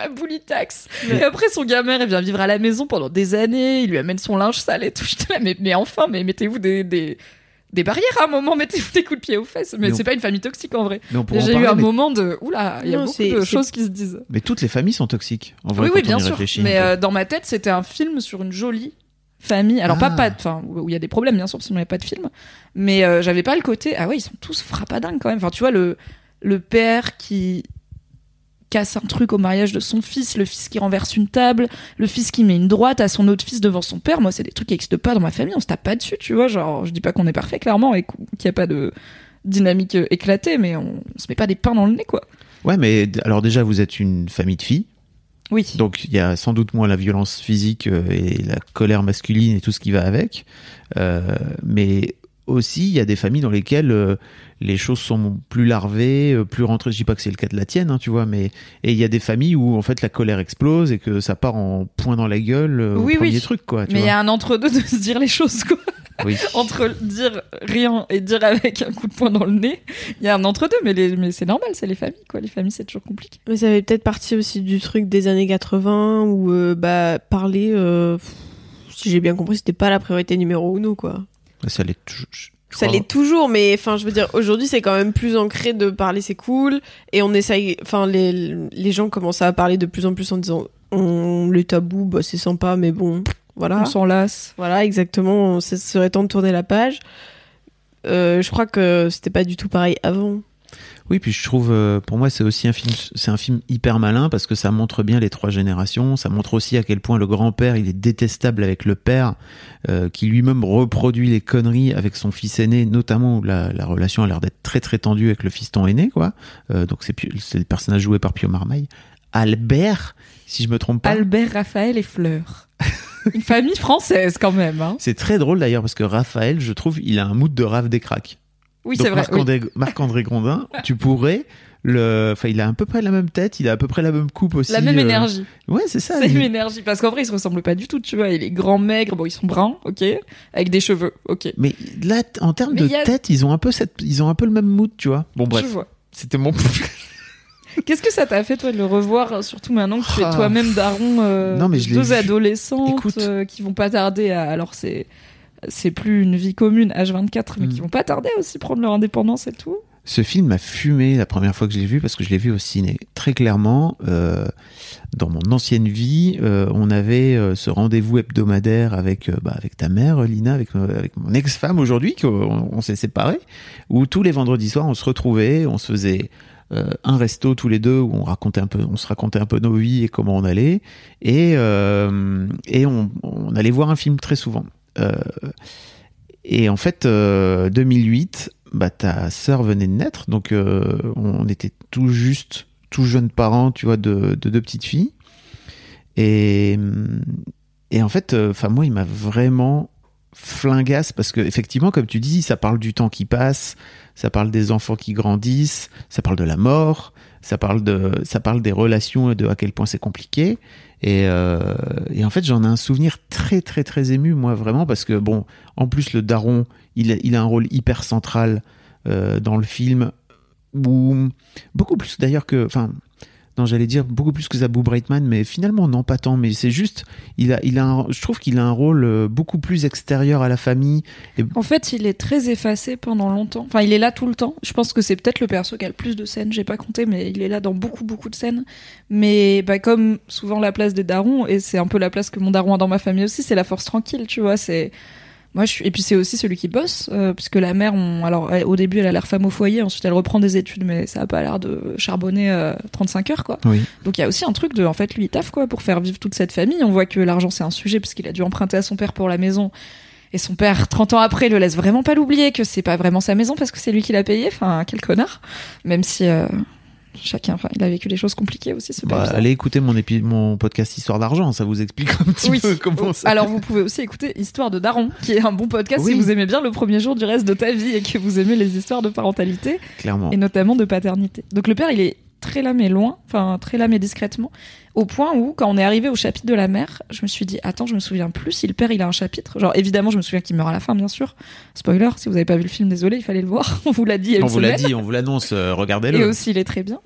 Speaker 3: ma bully tax. Et après, son gamin, il vient vivre à la maison pendant des années, il lui amène son linge sale et tout. J'étais là, mais, mais enfin, mais mettez-vous des, des, des barrières à un moment, mettez-vous des coups de pied aux fesses. Mais, mais c'est on... pas une famille toxique en vrai.
Speaker 2: Mais
Speaker 3: j'ai
Speaker 2: parler,
Speaker 3: eu un
Speaker 2: mais...
Speaker 3: moment de, oula, il y a
Speaker 4: non,
Speaker 3: beaucoup
Speaker 4: c'est,
Speaker 3: de
Speaker 4: c'est...
Speaker 3: choses qui se disent.
Speaker 2: Mais toutes les familles sont toxiques, en vrai,
Speaker 3: oui,
Speaker 2: quand
Speaker 3: oui,
Speaker 2: on
Speaker 3: bien
Speaker 2: y
Speaker 3: sûr.
Speaker 2: réfléchit.
Speaker 3: Mais euh, dans ma tête, c'était un film sur une jolie famille. Alors, ah. pas, pas, enfin, où il y a des problèmes, bien sûr, sinon il n'y a pas de film. Mais euh, j'avais pas le côté, ah ouais, ils sont tous frappadingues quand même. Enfin, tu vois, le, le père qui casse un truc au mariage de son fils, le fils qui renverse une table, le fils qui met une droite à son autre fils devant son père. Moi, c'est des trucs qui n'existent pas dans ma famille, on se tape pas dessus, tu vois. Genre, je dis pas qu'on est parfait, clairement, et qu'il n'y a pas de dynamique éclatée, mais on, on se met pas des pains dans le nez, quoi.
Speaker 2: Ouais, mais alors déjà, vous êtes une famille de filles.
Speaker 3: Oui.
Speaker 2: Donc il y a sans doute moins la violence physique et la colère masculine et tout ce qui va avec. Euh, mais aussi, il y a des familles dans lesquelles euh, les choses sont plus larvées, euh, plus rentrées. Je dis pas que c'est le cas de la tienne, hein, tu vois, mais et il y a des familles où en fait la colère explose et que ça part en poing dans la gueule euh,
Speaker 3: oui,
Speaker 2: au premier
Speaker 3: oui.
Speaker 2: truc, quoi. Tu
Speaker 3: mais il
Speaker 2: vois.
Speaker 3: y a un entre-deux de se dire les choses, quoi.
Speaker 2: Oui.
Speaker 3: Entre dire rien et dire avec un coup de poing dans le nez, il y a un entre-deux, mais, les, mais c'est normal, c'est les familles, quoi. Les familles, c'est toujours compliqué.
Speaker 4: Mais ça fait peut-être partie aussi du truc des années quatre-vingts où euh, bah, parler, euh, si j'ai bien compris, c'était pas la priorité numéro uno, quoi.
Speaker 2: Ça l'est toujours.
Speaker 4: Ça l'est toujours, mais enfin, je veux dire, aujourd'hui, c'est quand même plus ancré de parler, c'est cool, et on essaye, enfin, les, les gens commencent à parler de plus en plus en disant, on, les tabous, bah, c'est sympa, mais bon. Voilà.
Speaker 3: On s'en lasse.
Speaker 4: Voilà, exactement. Ce serait temps de tourner la page. Euh, je crois que c'était pas du tout pareil avant.
Speaker 2: Oui, puis je trouve, euh, pour moi, c'est aussi un film, c'est un film hyper malin parce que ça montre bien les trois générations. Ça montre aussi à quel point le grand-père, il est détestable avec le père, euh, qui lui-même reproduit les conneries avec son fils aîné, notamment où la, la relation a l'air d'être très très tendue avec le fiston aîné, quoi. Euh, donc c'est, c'est le personnage joué par Pio Marmaille. Albert, si je me trompe pas.
Speaker 3: Albert, Raphaël et Fleur. Une famille française quand même. Hein.
Speaker 2: C'est très drôle d'ailleurs parce que Raphaël, je trouve, il a un mood de Raph Descraques.
Speaker 3: Oui,
Speaker 2: donc
Speaker 3: c'est vrai.
Speaker 2: Marc-André,
Speaker 3: oui.
Speaker 2: Marc-André Grondin, tu pourrais le, enfin, il a à peu près la même tête, il a à peu près la même coupe aussi.
Speaker 3: La même
Speaker 2: euh...
Speaker 3: énergie.
Speaker 2: Ouais, c'est ça.
Speaker 3: C'est
Speaker 2: il...
Speaker 3: une énergie parce qu'en vrai, ils se ressemblent pas du tout, tu vois. Il est grand, maigre, bon, ils sont bruns, ok, avec des cheveux, ok.
Speaker 2: Mais là, en termes
Speaker 3: Mais
Speaker 2: de
Speaker 3: a...
Speaker 2: tête, ils ont un peu cette, ils ont un peu le même mood, tu vois. Bon bref.
Speaker 3: Je vois.
Speaker 2: C'était mon.
Speaker 3: Qu'est-ce que ça t'a fait, toi, de le revoir, surtout maintenant que tu es toi-même daron, euh,
Speaker 2: non, mais je
Speaker 3: deux
Speaker 2: l'ai
Speaker 3: adolescentes
Speaker 2: Écoute...
Speaker 3: euh, qui vont pas tarder à... Alors, c'est, c'est plus une vie commune, H vingt-quatre, mais
Speaker 2: mm.
Speaker 3: qui vont pas tarder à aussi prendre leur indépendance et tout.
Speaker 2: Ce film m'a fumé la première fois que je l'ai vu parce que je l'ai vu au ciné. Très clairement, euh, dans mon ancienne vie, euh, on avait euh, ce rendez-vous hebdomadaire avec, euh, bah, avec ta mère, Lina, avec, euh, avec mon ex-femme aujourd'hui, qu'on on s'est séparés, où tous les vendredis soirs, on se retrouvait, on se faisait euh, un resto tous les deux où on racontait un peu, on se racontait un peu nos vies et comment on allait, et, euh, et on, on allait voir un film très souvent. Euh, et en fait, euh, deux mille huit, bah, ta sœur venait de naître, donc euh, on était tout juste, tout jeunes parents, tu vois, de, de deux petites filles. Et, et en fait, enfin euh, moi, il m'a vraiment flingasse parce que effectivement, comme tu dis, ça parle du temps qui passe, ça parle des enfants qui grandissent, ça parle de la mort, ça parle de, ça parle des relations et de à quel point c'est compliqué. Et, euh, et en fait, j'en ai un souvenir très très très ému, moi, vraiment, parce que bon, en plus le daron, il, il a un rôle hyper central euh, dans le film, où beaucoup plus d'ailleurs que, enfin, non, j'allais dire beaucoup plus que Zabou Breitman, mais finalement non, pas tant. Mais c'est juste, il a, il a, un, je trouve qu'il a un rôle beaucoup plus extérieur à la famille. Et...
Speaker 3: En fait, il est très effacé pendant longtemps. Enfin, il est là tout le temps. Je pense que c'est peut-être le perso qui a le plus de scènes. J'ai pas compté, mais il est là dans beaucoup, beaucoup de scènes. Mais bah, comme souvent la place des darons, et c'est un peu la place que mon daron a dans ma famille aussi, c'est la force tranquille, tu vois. C'est Moi, je suis... Et puis c'est aussi celui qui bosse, euh, puisque la mère, on... alors elle, au début, elle a l'air femme au foyer, ensuite elle reprend des études, mais ça a pas l'air de charbonner euh, trente-cinq heures, quoi.
Speaker 2: Oui.
Speaker 3: Donc il y a aussi un truc de, en fait, lui, il taffe, quoi, pour faire vivre toute cette famille. On voit que l'argent, c'est un sujet, parce qu'il a dû emprunter à son père pour la maison. Et son père, trente ans après, le laisse vraiment pas l'oublier, que c'est pas vraiment sa maison, parce que c'est lui qui l'a payé. Enfin, quel connard. Même si... Euh... Chacun, enfin, il a vécu des choses compliquées aussi, ce
Speaker 2: bah, allez écouter mon, épi- mon podcast Histoire d'argent, ça vous explique un petit
Speaker 3: oui.
Speaker 2: peu comment ça.
Speaker 3: Alors vous pouvez aussi écouter Histoire de Daron, qui est un bon podcast
Speaker 2: oui.
Speaker 3: si vous aimez bien le premier jour du reste de ta vie et que vous aimez les histoires de parentalité,
Speaker 2: clairement,
Speaker 3: et notamment de paternité. Donc le père, il est très là mais loin, enfin très là mais discrètement, au point où quand on est arrivé au chapitre de la mère, je me suis dit attends, je me souviens plus si le père il a un chapitre. Genre évidemment je me souviens qu'il meurt à la fin, bien sûr. Spoiler, si vous avez pas vu le film, désolé, il fallait le voir. On vous l'a dit il y a
Speaker 2: on
Speaker 3: une
Speaker 2: vous l'a
Speaker 3: semaine.
Speaker 2: dit, on vous l'annonce, euh, regardez-le.
Speaker 3: Et aussi il est très bien.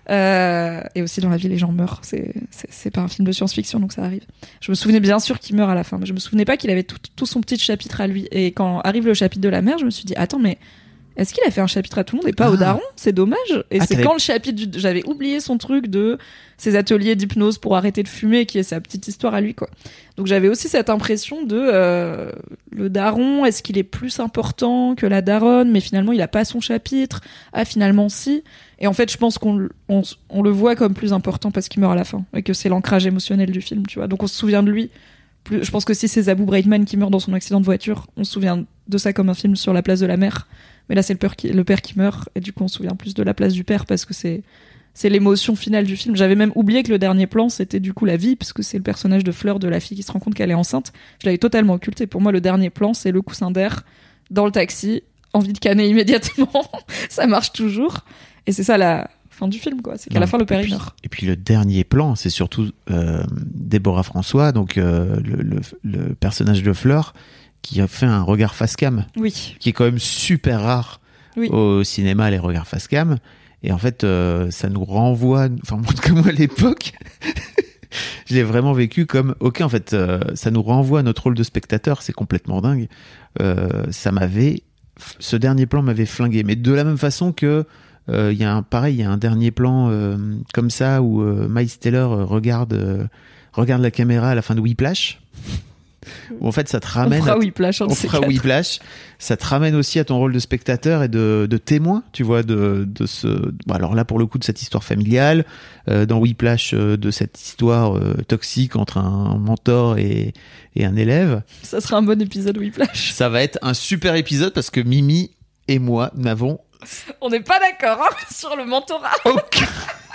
Speaker 3: Euh, et aussi dans la vie les gens meurent, c'est, c'est, c'est pas un film de science-fiction donc ça arrive. Je me souvenais bien sûr qu'il meurt à la fin, mais je me souvenais pas qu'il avait tout, tout son petit chapitre à lui. Et quand arrive le chapitre de la mère, je me suis dit attends mais est-ce qu'il a fait un chapitre à tout le monde et pas
Speaker 2: ah.
Speaker 3: au daron? C'est dommage. Et
Speaker 2: ah,
Speaker 3: c'est quand le chapitre du... j'avais oublié son truc de ses ateliers d'hypnose pour arrêter de fumer qui est sa petite histoire à lui quoi. Donc j'avais aussi cette impression de euh, le daron, est-ce qu'il est plus important que la daronne mais finalement il a pas son chapitre. Ah finalement si. Et en fait je pense qu'on on, on le voit comme plus important parce qu'il meurt à la fin et que c'est l'ancrage émotionnel du film, tu vois. Donc on se souvient de lui. Plus... Je pense que si c'est Zabou Breitman qui meurt dans son accident de voiture, on se souvient de ça comme un film sur la place de la mère. Mais là, c'est le père qui, le père qui meurt, et du coup, on se souvient plus de la place du père parce que c'est, c'est l'émotion finale du film. J'avais même oublié que le dernier plan, c'était du coup la vie, parce que c'est le personnage de Fleur, de la fille qui se rend compte qu'elle est enceinte. Je l'avais totalement occulté. Pour moi, le dernier plan, c'est le coussin d'air dans le taxi, envie de canner immédiatement. Ça marche toujours. Et c'est ça la fin du film, quoi. C'est qu'à
Speaker 2: non,
Speaker 3: la fin, le père,
Speaker 2: puis,
Speaker 3: il meurt.
Speaker 2: Et puis le dernier plan, c'est surtout euh, Déborah François, donc euh, le, le, le personnage de Fleur, qui a fait un regard face cam,
Speaker 3: oui.
Speaker 2: qui est quand même super rare oui. au cinéma, les regards face cam. Et en fait, euh, ça nous renvoie, enfin, moi, comme moi à l'époque, je l'ai vraiment vécu comme, ok, en fait, euh, ça nous renvoie à notre rôle de spectateur, c'est complètement dingue. Euh, ça m'avait, ce dernier plan m'avait flingué. Mais de la même façon que, il euh, y a un, pareil, il y a un dernier plan euh, comme ça où euh, Miles Teller regarde, euh, regarde la caméra à la fin de Whiplash. Où en fait ça te ramène
Speaker 3: on fera
Speaker 2: à t-
Speaker 3: Whiplash
Speaker 2: on fera Whiplash, ça te ramène aussi à ton rôle de spectateur et de, de témoin, tu vois, de, de ce bon, alors là pour le coup de cette histoire familiale, euh, dans Whiplash euh, de cette histoire euh, toxique entre un mentor et, et un élève.
Speaker 3: Ça sera un bon épisode Whiplash.
Speaker 2: Ça va être un super épisode parce que Mimi et moi n'avons
Speaker 3: on n'est pas d'accord hein, sur le mentorat.
Speaker 2: Aucun...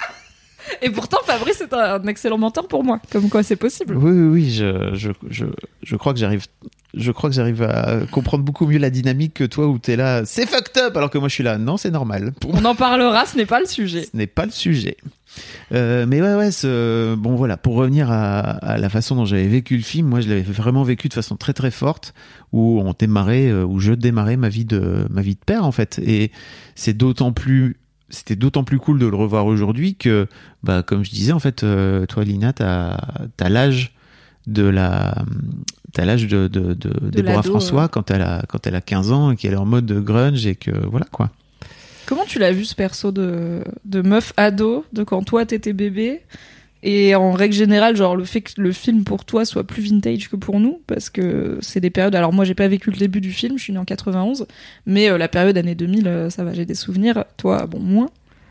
Speaker 3: Et pourtant, Fabrice est un excellent mentor pour moi. Comme quoi, c'est possible.
Speaker 2: Oui, oui, oui. Je, je, je, je crois que j'arrive, je crois que j'arrive à comprendre beaucoup mieux la dynamique que toi, où t'es là, c'est fucked up, alors que moi je suis là, non, c'est normal. Pour
Speaker 3: On en parlera, ce n'est pas le sujet.
Speaker 2: Ce n'est pas le sujet. Euh, mais ouais, ouais. Ce... Bon, voilà. Pour revenir à, à la façon dont j'avais vécu le film, moi, je l'avais vraiment vécu de façon très, très forte, où on démarrait, où je démarrais ma vie de, ma vie de père, en fait. Et c'est d'autant plus C'était d'autant plus cool de le revoir aujourd'hui que, bah, comme je disais, en fait, euh, toi, Lina, t'as, t'as l'âge de la, t'as l'âge de, de, de, de Déborah
Speaker 3: l'ado,
Speaker 2: François
Speaker 3: ouais.
Speaker 2: quand elle a, quand elle a quinze ans et qu'elle est en mode grunge et que, voilà, quoi.
Speaker 3: Comment tu l'as vu, ce perso de, de meuf ado, de quand toi t'étais bébé? Et en règle générale, genre, le fait que le film pour toi soit plus vintage que pour nous, parce que c'est des périodes. Alors, moi, j'ai pas vécu le début du film, je suis née en quatre-vingt-onze, mais euh, la période années deux mille, euh, ça va, j'ai des souvenirs. Toi, bon, moins.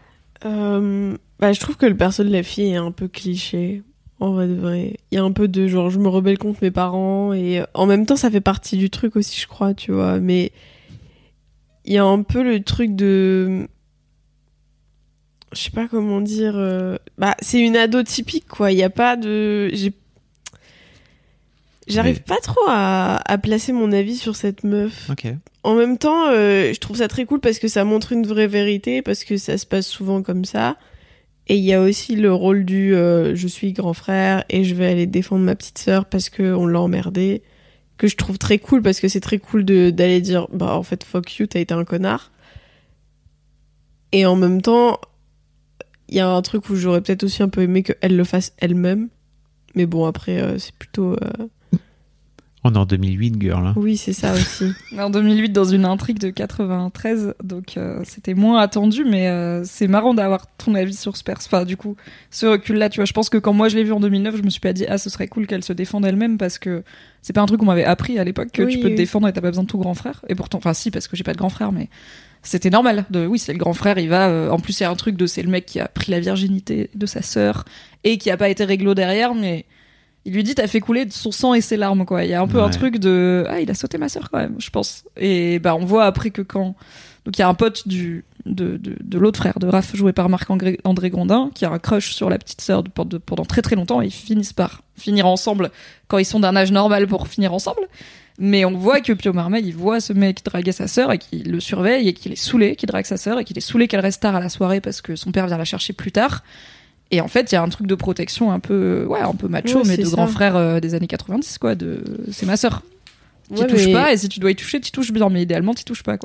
Speaker 4: Euh, bah, je trouve que le perso de la fille est un peu cliché, en vrai de vrai. Il y a un peu de genre, je me rebelle contre mes parents, et en même temps, ça fait partie du truc aussi, je crois, tu vois. Mais il y a un peu le truc de. Je sais pas comment dire. Euh... Bah, c'est une ado typique, quoi. Il y a pas de. J'ai... J'arrive
Speaker 2: Mais...
Speaker 4: pas trop à, à placer mon avis sur cette meuf.
Speaker 2: Ok.
Speaker 4: En même temps, euh, je trouve ça très cool parce que ça montre une vraie vérité, parce que ça se passe souvent comme ça. Et il y a aussi le rôle du euh, je suis grand frère et je vais aller défendre ma petite sœur parce qu'on l'a emmerdée, que je trouve très cool parce que c'est très cool de, d'aller dire bah en fait fuck you, t'as été un connard. Et en même temps, il y a un truc où j'aurais peut-être aussi un peu aimé qu'elle le fasse elle-même. Mais bon, après, euh, c'est plutôt... Euh...
Speaker 2: On est en deux mille huit, girl. Hein.
Speaker 4: Oui, c'est ça aussi.
Speaker 3: En deux mille huit, dans une intrigue de quatre-vingt-treize, donc euh, c'était moins attendu, mais euh, c'est marrant d'avoir ton avis sur ce perso. Enfin, du coup, ce recul-là, tu vois, je pense que quand moi je l'ai vu en deux mille neuf, je me suis pas dit, ah, ce serait cool qu'elle se défende elle-même, parce que c'est pas un truc qu'on m'avait appris à l'époque, que
Speaker 4: oui,
Speaker 3: tu peux
Speaker 4: oui.
Speaker 3: te défendre et t'as pas besoin de tout grand frère. Et pourtant, enfin, si, parce que j'ai pas de grand frère, mais c'était normal. De, oui, c'est le grand frère, il va. Euh, en plus, il y a un truc de, c'est le mec qui a pris la virginité de sa sœur et qui a pas été réglo derrière, mais. Il lui dit t'as fait couler son sang et ses larmes, quoi. Il y a un peu
Speaker 2: ouais.
Speaker 3: un truc de ah, il a sauté ma sœur quand même, je pense. Et bah on voit après que quand donc il y a un pote du de, de, de l'autre frère de Raph, joué par Marc-André Grondin, qui a un crush sur la petite sœur de, de, pendant très très longtemps, et ils finissent par finir ensemble quand ils sont d'un âge normal pour finir ensemble. Mais on voit que Pio Marmaille, il voit ce mec draguer sa sœur et qu'il le surveille et qu'il est saoulé qu'il drague sa sœur et qu'il est saoulé qu'elle reste tard à la soirée parce que son père vient la chercher plus tard. Et en fait, il y a un truc de protection un peu, ouais, un peu macho,
Speaker 4: ouais,
Speaker 3: mais de
Speaker 4: ça.
Speaker 3: grand frère euh, des années quatre-vingt-dix, quoi. De, c'est ma sœur. T'y
Speaker 4: Ouais,
Speaker 3: touches
Speaker 4: mais...
Speaker 3: pas, et si tu dois y toucher, t'y touches bien, mais idéalement, t'y touches pas, quoi.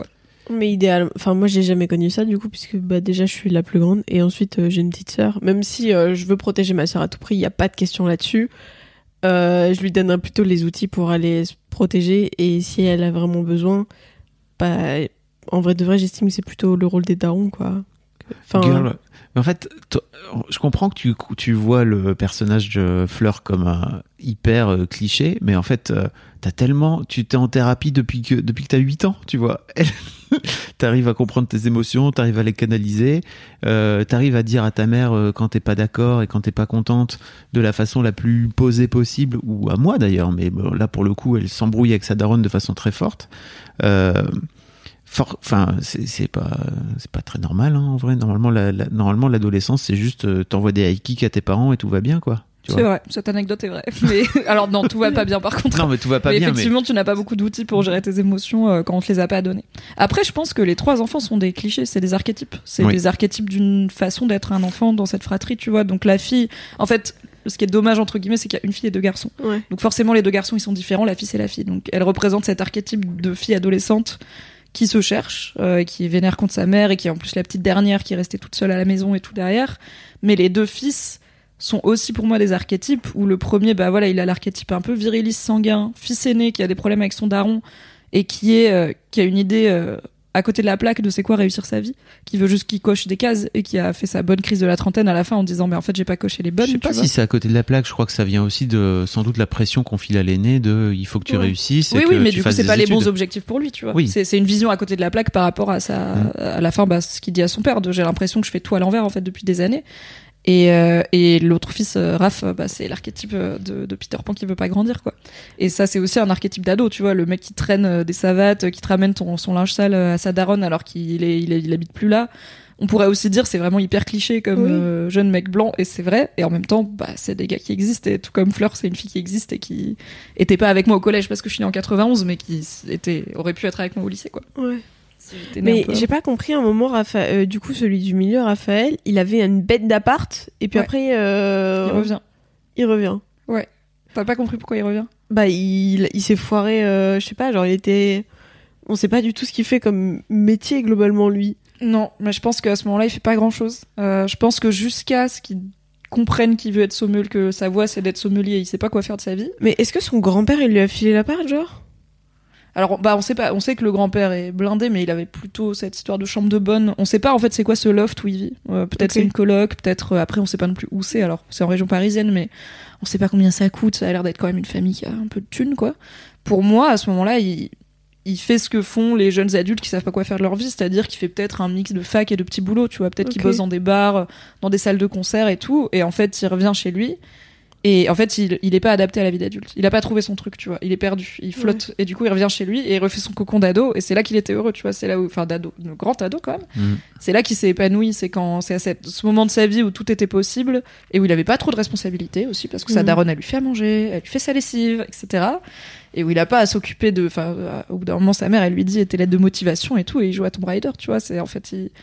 Speaker 4: Mais idéal. Enfin, moi, j'ai jamais connu ça, du coup, puisque bah, déjà, je suis la plus grande. Et ensuite, euh, j'ai une petite sœur. Même si euh, je veux protéger ma sœur à tout prix, il n'y a pas de question là-dessus. Euh, je lui donnerai plutôt les outils pour aller se protéger. Et si elle a vraiment besoin, bah, en vrai de vrai, j'estime que c'est plutôt le rôle des darons, quoi. Enfin,
Speaker 2: Girl. Mais en fait, toi, je comprends que tu, tu vois le personnage de Fleur comme un hyper euh, cliché, mais en fait, euh, t'as tellement, tu t'es en thérapie depuis que, depuis que t'as huit ans, tu vois. Elle, t'arrives à comprendre tes émotions, t'arrives à les canaliser, euh, t'arrives à dire à ta mère euh, quand t'es pas d'accord et quand t'es pas contente de la façon la plus posée possible, ou à moi d'ailleurs, mais bon, là pour le coup, elle s'embrouille avec sa daronne de façon très forte. Euh, For... Enfin, c'est, c'est pas, c'est pas très normal, hein, en vrai. Normalement, la, la, normalement, l'adolescence, c'est juste, euh, t'envoies des high kicks à tes parents et tout va bien, quoi. Tu
Speaker 3: c'est
Speaker 2: vois.
Speaker 3: vrai, cette anecdote est vraie. Mais alors non, tout va pas bien par contre.
Speaker 2: Non, mais tout va pas
Speaker 3: mais
Speaker 2: bien.
Speaker 3: Effectivement,
Speaker 2: mais...
Speaker 3: tu n'as pas beaucoup d'outils pour gérer tes émotions euh, quand on te les a pas données. Après, je pense que les trois enfants sont des clichés, c'est des archétypes. C'est
Speaker 2: oui.
Speaker 3: des archétypes d'une façon d'être un enfant dans cette fratrie, tu vois. Donc la fille, en fait. Ce qui est dommage entre guillemets, c'est qu'il y a une fille et deux garçons.
Speaker 4: Ouais.
Speaker 3: Donc forcément, les deux garçons ils sont différents. La fille c'est la fille. Donc elle représente cet archétype de fille adolescente qui se cherche, euh, qui est vénère contre sa mère et qui est en plus la petite dernière qui est restée toute seule à la maison et tout derrière. Mais les deux fils sont aussi pour moi des archétypes où le premier, bah voilà, il a l'archétype un peu viriliste sanguin, fils aîné qui a des problèmes avec son daron et qui est euh, qui a une idée euh, à côté de la plaque de c'est quoi réussir sa vie, qui veut juste qu'il coche des cases et qui a fait sa bonne crise de la trentaine à la fin en disant mais en fait j'ai pas coché les bonnes.
Speaker 2: Je sais pas si c'est à côté de la plaque, je crois que ça vient aussi de sans doute la pression qu'on file à l'aîné de il faut que tu ouais. réussisses.
Speaker 3: Oui
Speaker 2: et
Speaker 3: oui
Speaker 2: que
Speaker 3: mais
Speaker 2: tu
Speaker 3: du coup c'est pas
Speaker 2: études.
Speaker 3: Les bons objectifs pour lui, tu vois.
Speaker 2: Oui.
Speaker 3: C'est, c'est une vision à côté de la plaque par rapport à sa mmh. à la fin bah, ce qu'il dit à son père de j'ai l'impression que je fais tout à l'envers en fait depuis des années. Et, euh, et l'autre fils, euh, Raph, bah, c'est l'archétype de, de Peter Pan qui veut pas grandir, quoi. Et ça, c'est aussi un archétype d'ado, tu vois, le mec qui traîne euh, des savates, qui te ramène ton, son linge sale à sa daronne alors qu'il est, il, est, il habite plus là. On pourrait aussi dire c'est vraiment hyper cliché comme oui. euh, jeune mec blanc, et c'est vrai. Et en même temps, bah, c'est des gars qui existent, et tout comme Fleur, c'est une fille qui existe et qui était pas avec moi au collège parce que je suis née en quatre-vingt-onze, mais qui était, aurait pu être avec moi au lycée, quoi.
Speaker 4: Ouais. Mais j'ai pas compris un moment, Raphaël, euh, du coup celui du milieu, Raphaël, il avait une bête d'appart et puis ouais. après euh...
Speaker 3: il revient.
Speaker 4: Il revient.
Speaker 3: Ouais. T'as pas compris pourquoi il revient ?
Speaker 4: Bah il, il s'est foiré, euh, je sais pas, genre il était, on sait pas du tout ce qu'il fait comme métier globalement lui.
Speaker 3: Non, mais je pense qu'à ce moment-là il fait pas grand-chose. Euh, je pense que jusqu'à ce qu'il comprenne qu'il veut être sommelier, que sa voie c'est d'être sommelier, il sait pas quoi faire de sa vie.
Speaker 4: Mais est-ce que son grand-père il lui a filé l'appart genre ?
Speaker 3: Alors, bah, on sait pas, on sait que le grand-père est blindé, mais il avait plutôt cette histoire de chambre de bonne. On sait pas, en fait, c'est quoi ce loft où il vit. Euh, peut-être okay. c'est une coloc, peut-être, euh, après, on sait pas non plus où c'est. Alors, c'est en région parisienne, mais on sait pas combien ça coûte. Ça a l'air d'être quand même une famille qui a un peu de thunes, quoi. Pour moi, à ce moment-là, il, il fait ce que font les jeunes adultes qui savent pas quoi faire de leur vie, c'est-à-dire qu'il fait peut-être un mix de fac et de petits boulots, tu vois. Peut-être okay. qu'il bosse dans des bars, dans des salles de concert et tout. Et en fait, il revient chez lui. Et en fait, il, il est pas adapté à la vie d'adulte. Il a pas trouvé son truc, tu vois. Il est perdu. Il flotte. Ouais. Et du coup, il revient chez lui et il refait son cocon d'ado. Et c'est là qu'il était heureux, tu vois. C'est là où, enfin, d'ado, de grand ado quand même. Mm. C'est là qu'il s'est épanoui. C'est quand, c'est à cette, ce moment de sa vie où tout était possible et où il avait pas trop de responsabilités aussi parce que mm. sa daronne, elle lui fait à manger, elle lui fait sa lessive, et cetera. Et où il a pas à s'occuper de, enfin, au bout d'un moment, sa mère, elle lui dit, tes lettres de motivation et tout, et il joue à Tomb Raider, tu vois. C'est, en fait, il,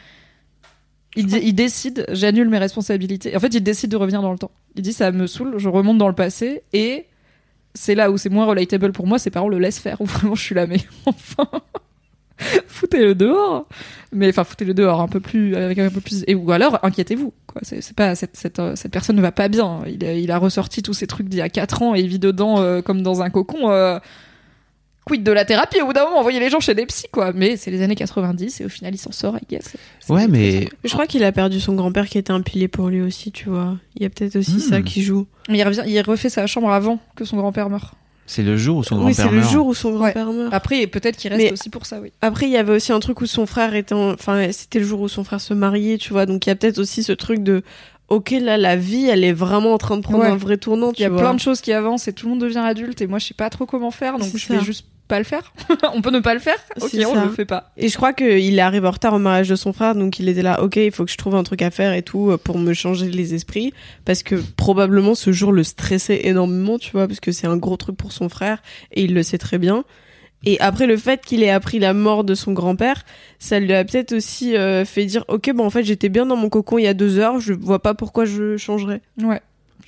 Speaker 3: Il, d- il décide, j'annule mes responsabilités. En fait, il décide de revenir dans le temps. Il dit, ça me saoule, je remonte dans le passé. Et c'est là où c'est moins relatable pour moi, ses parents le laissent faire. Où vraiment, je suis là, mais enfin, foutez-le dehors. Mais enfin, foutez-le dehors un peu plus, avec un peu plus. Et ou alors, inquiétez-vous. Quoi. C'est, c'est pas cette, cette, cette personne ne va pas bien. Il a, il a ressorti tous ces trucs d'il y a quatre ans et il vit dedans euh, comme dans un cocon. Euh, Quid de la thérapie, au bout d'un moment, envoyer les gens chez des psys, quoi. Mais c'est les années quatre-vingt-dix et au final, il s'en sort, I guess. C'est
Speaker 2: ouais, mais.
Speaker 4: Je crois qu'il a perdu son grand-père qui était un pilier pour lui aussi, tu vois. Il y a peut-être aussi mmh. ça qui joue.
Speaker 3: Mais il revient, il refait sa chambre avant que son grand-père meure.
Speaker 2: C'est le jour où son
Speaker 4: oui,
Speaker 2: grand-père meurt.
Speaker 4: Oui, c'est le jour où son grand-père
Speaker 3: ouais.
Speaker 4: meurt.
Speaker 3: Après, peut-être qu'il reste
Speaker 4: mais
Speaker 3: aussi pour ça, oui.
Speaker 4: Après, il y avait aussi un truc où son frère était en... Enfin, c'était le jour où son frère se mariait, tu vois. Donc, il y a peut-être aussi ce truc de... Ok, là, la vie, elle est vraiment en train de prendre ouais. un vrai tournant, tu vois.
Speaker 3: Il y a plein de choses qui avancent et tout le monde devient adulte et moi, je sais pas trop comment faire, donc
Speaker 4: c'est
Speaker 3: je
Speaker 4: ça.
Speaker 3: vais juste pas le faire. On peut ne pas le faire. Ok,
Speaker 4: c'est
Speaker 3: on
Speaker 4: ça.
Speaker 3: le fait pas.
Speaker 4: Et je crois qu'il arrive en retard au mariage de son frère, donc il était là, ok, il faut que je trouve un truc à faire et tout pour me changer les esprits, parce que probablement ce jour le stressait énormément, tu vois, parce que c'est un gros truc pour son frère et il le sait très bien. Et après, le fait qu'il ait appris la mort de son grand-père, ça lui a peut-être aussi euh, fait dire, ok, bon, en fait, j'étais bien dans mon cocon il y a deux heures, je vois pas pourquoi je changerais.
Speaker 3: Ouais.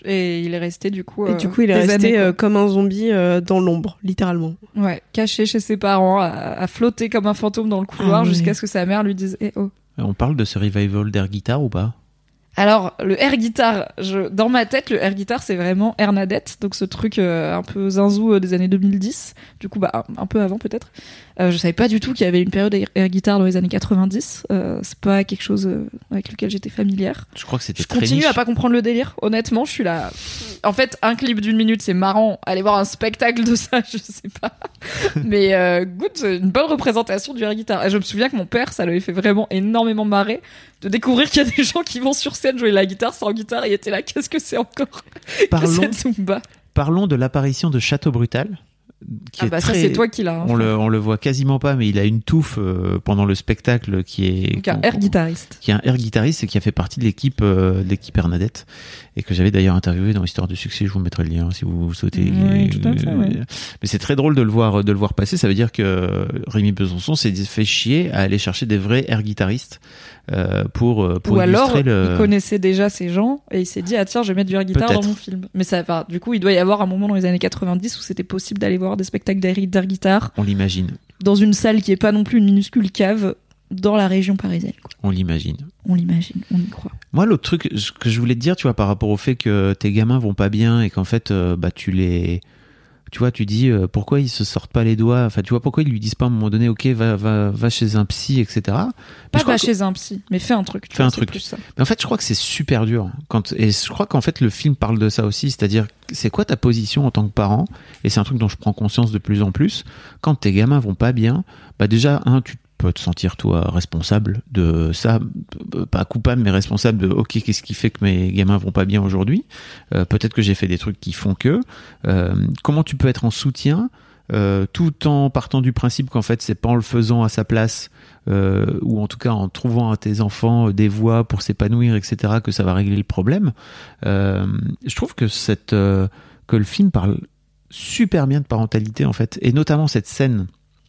Speaker 3: Et il est resté du coup.
Speaker 4: Et
Speaker 3: euh,
Speaker 4: du coup, il est
Speaker 3: des
Speaker 4: resté
Speaker 3: années,
Speaker 4: euh, comme un zombie euh, dans l'ombre, littéralement.
Speaker 3: ouais, caché chez ses parents, à, à flotter comme un fantôme dans le couloir
Speaker 4: Ah ouais.
Speaker 3: jusqu'à ce que sa mère lui dise eh oh.
Speaker 2: On parle de ce revival d'air guitar ou pas?
Speaker 3: Alors, le air guitar, je, dans ma tête, le air guitar, c'est vraiment Hernadette, donc ce truc euh, un peu zinzou euh, des années deux mille dix, du coup, bah, un, un peu avant peut-être. Euh, je savais pas du tout qu'il y avait une période air, air guitar dans les années quatre-vingt-dix, euh, c'est pas quelque chose euh, avec lequel j'étais familière.
Speaker 2: Je crois que c'était
Speaker 3: Je
Speaker 2: très
Speaker 3: continue
Speaker 2: niche.
Speaker 3: à pas comprendre le délire, honnêtement, je suis là. En fait, un clip d'une minute, c'est marrant, aller voir un spectacle de ça, je sais pas. Mais euh, good, c'est une bonne représentation du air guitar. Et je me souviens que mon père, ça lui avait fait vraiment énormément marrer de découvrir qu'il y a des gens qui vont sur scène jouer la guitare sans guitare et il était là, qu'est-ce que c'est encore
Speaker 2: Parlons,
Speaker 3: que cette Zumba.
Speaker 2: parlons de l'apparition de Château Brutal. Qui
Speaker 3: Ah
Speaker 2: est
Speaker 3: bah
Speaker 2: très...
Speaker 3: ça c'est toi qui l'as. Hein,
Speaker 2: on, le, on le voit quasiment pas, mais il a une touffe euh, pendant le spectacle qui est...
Speaker 3: Donc un air guitariste.
Speaker 2: Qui est un air guitariste et qui a fait partie de l'équipe, euh, de l'équipe Hernadette et que j'avais d'ailleurs interviewé dans Histoire de succès. Je vous mettrai le lien si vous souhaitez.
Speaker 3: Oui, tout à fait,
Speaker 2: euh,
Speaker 3: oui.
Speaker 2: Mais c'est très drôle de le voir, de le voir passer. Ça veut dire que Rémi Besançon s'est fait chier à aller chercher des vrais air guitaristes euh, pour pour
Speaker 3: Ou alors
Speaker 2: illustrer le...
Speaker 3: il connaissait déjà ces gens et il s'est dit ah tiens je vais mettre du air guitar
Speaker 2: Peut-être.
Speaker 3: dans mon film. Mais ça, enfin, du coup il doit y avoir un moment dans les années quatre-vingt-dix où c'était possible d'aller voir des spectacles d'air d'air guitare
Speaker 2: On l'imagine.
Speaker 3: dans une salle qui est pas non plus une minuscule cave dans la région parisienne. Quoi.
Speaker 2: On l'imagine.
Speaker 3: On l'imagine, on y croit.
Speaker 2: Moi, l'autre truc que je voulais te dire, tu vois, par rapport au fait que tes gamins vont pas bien et qu'en fait, euh, bah, tu les, tu vois, tu dis euh, pourquoi ils se sortent pas les doigts. Enfin, tu vois, pourquoi ils lui disent pas à un moment donné, ok, va, va, va chez un psy, et cetera.
Speaker 3: Pas
Speaker 2: je crois
Speaker 3: va
Speaker 2: que-
Speaker 3: chez un psy, mais fais un truc. tu
Speaker 2: Fais
Speaker 3: vois,
Speaker 2: un
Speaker 3: c'est
Speaker 2: truc.
Speaker 3: plus ça.
Speaker 2: Mais en fait, je crois que c'est super dur. Quand, et je crois qu'en fait, le film parle de ça aussi. C'est-à-dire, c'est quoi ta position en tant que parent? Et c'est un truc dont je prends conscience de plus en plus. Quand tes gamins vont pas bien, bah déjà, un, tu peux te sentir, toi, responsable de ça. Pas coupable, mais responsable de, ok, qu'est-ce qui fait que mes gamins vont pas bien aujourd'hui? Euh, peut-être que j'ai fait des trucs qui font que. Euh, comment tu peux être en soutien? Euh, tout en partant du principe qu'en fait c'est pas en le faisant à sa place euh, ou en tout cas en trouvant à tes enfants des voies pour s'épanouir, etc., que ça va régler le problème. Euh, je trouve que cette euh, que le film parle super bien de parentalité en fait, et notamment cette scène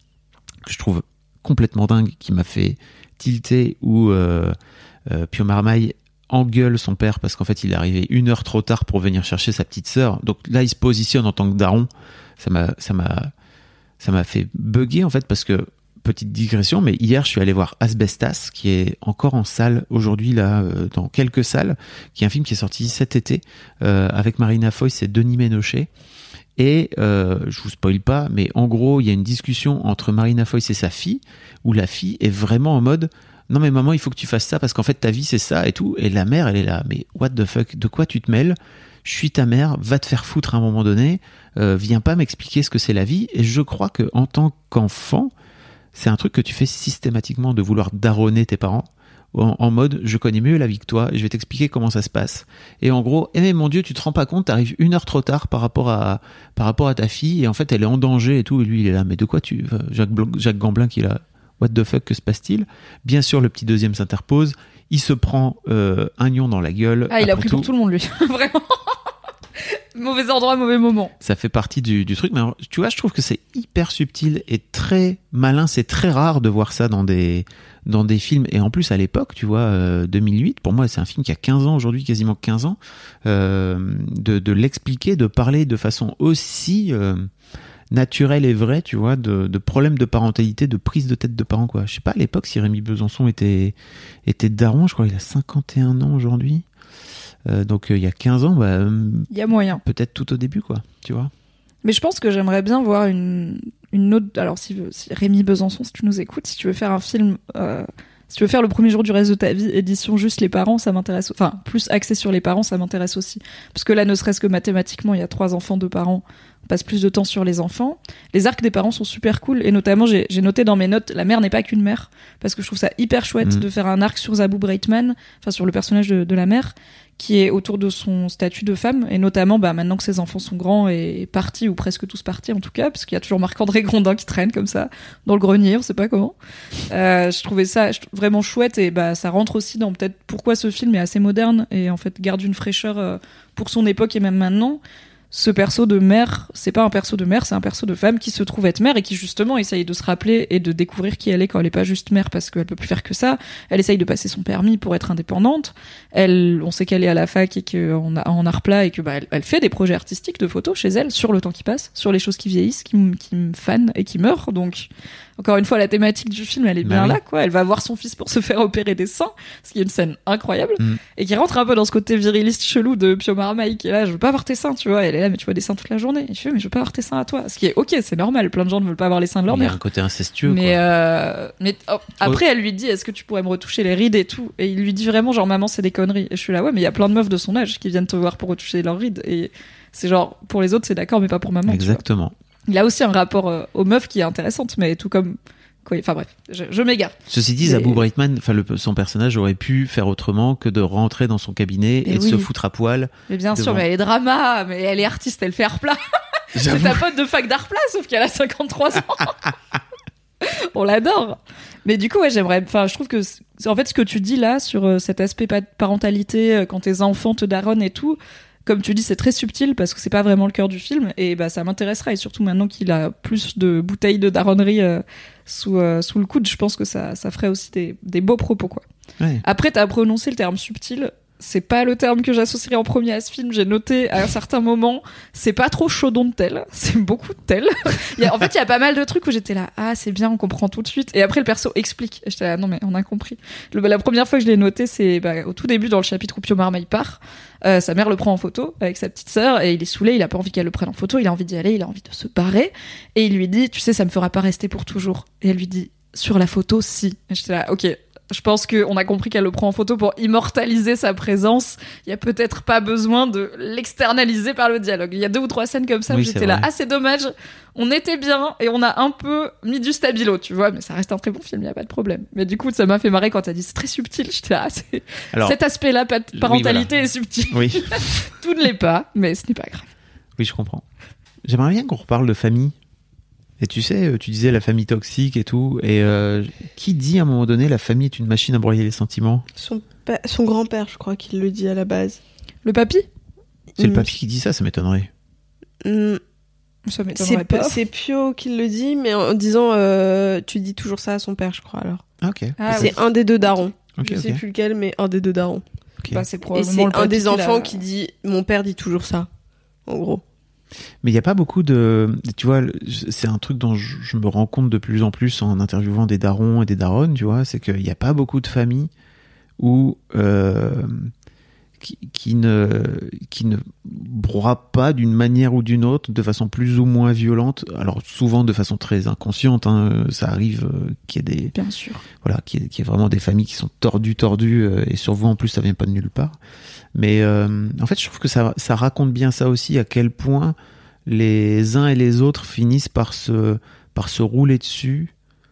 Speaker 2: que je trouve complètement dingue qui m'a fait tilter où euh, euh, Pio Marmaille engueule son père parce qu'en fait il est arrivé une heure trop tard pour venir chercher sa petite sœur. Donc là il se positionne en tant que daron. Ça m'a, ça m'a, ça m'a fait bugger en fait parce que, petite digression, mais hier je suis allé voir Asbestas qui est encore en salle aujourd'hui là, euh, dans quelques salles, qui est un film qui est sorti cet été euh, avec Marina Foïs et Denis Ménochet. Et euh, je vous spoil pas, mais en gros il y a une discussion entre Marina Foïs et sa fille où la fille est vraiment en mode non mais maman il faut que tu fasses ça parce qu'en fait ta vie c'est ça et tout, et la mère elle est là mais what the fuck, de quoi tu te mêles? Je suis ta mère, va te faire foutre à un moment donné, euh, viens pas m'expliquer ce que c'est la vie. Et je crois que en tant qu'enfant, c'est un truc que tu fais systématiquement, de vouloir daronner tes parents en, en mode je connais mieux la vie que toi et je vais t'expliquer comment ça se passe. Et en gros, eh mais mon Dieu, tu te rends pas compte, t'arrives une heure trop tard par rapport à par rapport à ta fille et en fait elle est en danger et tout, et lui il est là mais de quoi tu Jacques Blanc, Jacques Gamblin qui est là, what the fuck, que se passe-t-il? Bien sûr le petit deuxième s'interpose, il se prend euh, un lion dans la gueule.
Speaker 3: Ah il a
Speaker 2: Après
Speaker 3: pris pour tout le monde lui, vraiment. Mauvais endroit, mauvais moment.
Speaker 2: Ça fait partie du, du truc, mais alors, tu vois, je trouve que c'est hyper subtil et très malin. C'est très rare de voir ça dans des dans des films. Et en plus, à l'époque, tu vois, euh, deux mille huit, pour moi, c'est un film qui a quinze ans aujourd'hui, quasiment quinze ans, euh, de, de l'expliquer, de parler de façon aussi euh, naturelle et vraie, tu vois, de, de problèmes de parentalité, de prise de tête de parents, quoi. Je sais pas à l'époque si Rémi Besançon était était daron. Je crois qu'il a cinquante et un ans aujourd'hui. Euh, donc euh, il y a quinze ans, bah,
Speaker 3: il y a moyen.
Speaker 2: Peut-être tout au début, quoi, tu vois.
Speaker 3: Mais je pense que j'aimerais bien voir une, une autre... Alors si, si Rémi Besançon, si tu nous écoutes, si tu veux faire un film... Euh, si tu veux faire le premier jour du reste de ta vie, édition juste les parents, ça m'intéresse... Enfin, plus axé sur les parents, ça m'intéresse aussi. Parce que là, ne serait-ce que mathématiquement, il y a trois enfants, deux parents. On passe plus de temps sur les enfants. Les arcs des parents sont super cool. Et notamment, j'ai, j'ai noté dans mes notes, la mère n'est pas qu'une mère. Parce que je trouve ça hyper chouette mmh. de faire un arc sur Zabou Breitman, enfin sur le personnage de, de la mère, qui est autour de son statut de femme, et notamment bah, maintenant que ses enfants sont grands et partis, ou presque tous partis en tout cas, parce qu'il y a toujours Marc-André Grondin qui traîne comme ça dans le grenier, on sait pas comment. Euh, je trouvais ça vraiment chouette, et bah, ça rentre aussi dans peut-être pourquoi ce film est assez moderne, et en fait garde une fraîcheur euh, pour son époque et même maintenant. ce perso de mère, c'est pas un perso de mère, c'est un perso de femme qui se trouve être mère et qui justement essaye de se rappeler et de découvrir qui elle est quand elle est pas juste mère parce qu'elle peut plus faire que ça. Elle essaye de passer son permis pour être indépendante. Elle, on sait qu'elle est à la fac et qu'en en art plat et que bah elle, elle fait des projets artistiques de photos chez elle sur le temps qui passe, sur les choses qui vieillissent, qui, m- qui me fanent et qui meurent. Donc encore une fois, la thématique du film, elle est bien
Speaker 2: bah oui.
Speaker 3: là, quoi. Elle va voir son fils pour se faire opérer des seins, ce qui est une scène incroyable
Speaker 2: Mm.
Speaker 3: et qui rentre un peu dans ce côté viriliste chelou de Pio Marmaille qui est là, je veux pas avoir tes seins, tu vois. Elle est là, mais tu vois des seins toute la journée. Et je fais, mais je veux pas avoir tes seins à toi. Ce qui est ok, c'est normal. Plein de gens ne veulent pas avoir les seins de leur
Speaker 2: Il y a
Speaker 3: mère.
Speaker 2: un côté incestueux.
Speaker 3: Mais,
Speaker 2: quoi.
Speaker 3: euh, mais oh, après, elle lui dit, est-ce que tu pourrais me retoucher les rides et tout? Et il lui dit vraiment, genre, maman, c'est des conneries. Et je suis là, ouais, mais il y a plein de meufs de son âge qui viennent te voir pour retoucher leurs rides. Et c'est genre, pour les autres, c'est d'accord, mais pas pour maman. tu vois.
Speaker 2: Exactement.
Speaker 3: Il a aussi un rapport euh, aux meufs qui est intéressante, mais tout comme. Quoi, enfin bref, je, je m'égare.
Speaker 2: Ceci dit,
Speaker 3: Mais-
Speaker 2: Zabou Breitman, enfin le- son personnage aurait pu faire autrement que de rentrer dans son cabinet
Speaker 3: Mais
Speaker 2: et de
Speaker 3: oui.
Speaker 2: se foutre à poil.
Speaker 3: Mais bien sûr,
Speaker 2: Devant.
Speaker 3: mais elle est drama, mais elle est artiste, elle fait art plat. C'est
Speaker 2: J'avoue.
Speaker 3: ta pote de fac d'art plat, sauf qu'elle a cinquante-trois ans. On l'adore. Mais du coup, ouais, j'aimerais. Enfin, je trouve que, c'est- en fait, ce que tu dis là sur euh, cet aspect pa- parentalité, euh, quand tes enfants te daronnent et tout, comme tu dis, c'est très subtil parce que c'est pas vraiment le cœur du film. Et bah, ça m'intéresserait. Et surtout maintenant qu'il a plus de bouteilles de daronnerie euh, sous, euh, sous le coude, je pense que ça, ça ferait aussi des, des beaux propos, quoi.
Speaker 2: Ouais.
Speaker 3: Après, t'as prononcé le terme subtil. C'est pas le terme que j'associerais en premier à ce film. J'ai noté à un certain moment, c'est pas trop chaudon de tel, c'est beaucoup de tel. Il y a, en fait, il y a pas mal de trucs où j'étais là, ah c'est bien, on comprend tout de suite. Et après, le perso explique. Et j'étais là, non mais on a compris. Le, la première fois que je l'ai noté, c'est bah, au tout début dans le chapitre où Pio Marmaille part. Euh, sa mère le prend en photo avec sa petite sœur et il est saoulé, il a pas envie qu'elle le prenne en photo, il a envie d'y aller, il a envie de se barrer. Et il lui dit, tu sais, ça me fera pas rester pour toujours. Et elle lui dit, sur la photo, si. Et j'étais là, ok. Je pense qu'on a compris qu'elle le prend en photo pour immortaliser sa présence. Il y a peut-être pas besoin de l'externaliser par le dialogue. Il y a deux ou trois scènes comme ça
Speaker 2: Oui,
Speaker 3: où
Speaker 2: c'est
Speaker 3: j'étais là,
Speaker 2: vrai.
Speaker 3: ah c'est dommage, on était bien et on a un peu mis du stabilo, tu vois, mais ça reste un très bon film, il y a pas de problème. Mais du coup, ça m'a fait marrer quand t'as dit c'est très subtil. J'étais là, ah, c'est...
Speaker 2: Alors,
Speaker 3: cet aspect-là, pa-
Speaker 2: oui,
Speaker 3: parentalité
Speaker 2: voilà.
Speaker 3: est subtil.
Speaker 2: oui,
Speaker 3: Tout ne l'est pas, mais ce n'est pas grave.
Speaker 2: oui, je comprends. J'aimerais bien qu'on reparle de famille. Et tu sais, tu disais la famille toxique et tout. Et euh, qui dit à un moment donné la famille est une machine à broyer les sentiments?
Speaker 4: Son, pa- son grand-père, je crois qu'il le dit à la base.
Speaker 3: Le papy
Speaker 2: C'est le
Speaker 4: Mm.
Speaker 2: papy qui dit ça, ça m'étonnerait.
Speaker 4: Mm,
Speaker 3: Ça m'étonnerait
Speaker 4: C'est,
Speaker 3: pas.
Speaker 4: c'est Pio qui le dit, mais en disant euh, tu dis toujours ça à son père, je crois alors.
Speaker 2: Ah, ok.
Speaker 3: Ah,
Speaker 4: c'est un des deux darons.
Speaker 2: Ok,
Speaker 4: je sais
Speaker 2: ok.
Speaker 4: plus lequel, mais un des deux darons.
Speaker 2: Ok.
Speaker 3: Bah, c'est
Speaker 4: Et
Speaker 3: probablement
Speaker 4: c'est
Speaker 3: le
Speaker 4: un
Speaker 3: papy
Speaker 4: des
Speaker 3: qui
Speaker 4: enfants
Speaker 3: l'a-
Speaker 4: qui dit mon père dit toujours ça, en gros.
Speaker 2: Mais il n'y a pas beaucoup de... Tu vois, le- c'est un truc dont je, je me rends compte de plus en plus en interviewant des darons et des daronnes, tu vois, c'est qu'il n'y a pas beaucoup de familles où... Euh, qui, qui ne qui ne broie pas d'une manière ou d'une autre, de façon plus ou moins violente. Alors souvent de façon très inconsciente, hein, ça arrive euh, qu'il y ait des...
Speaker 3: Bien sûr.
Speaker 2: Voilà, qu'il y, ait, qu'il y ait vraiment des familles qui sont tordues, tordues, euh, et sur vous en plus ça vient pas de nulle part. Mais euh, en fait, je trouve que ça, ça raconte bien ça aussi, à quel point les uns et les autres finissent par se, par se rouler dessus,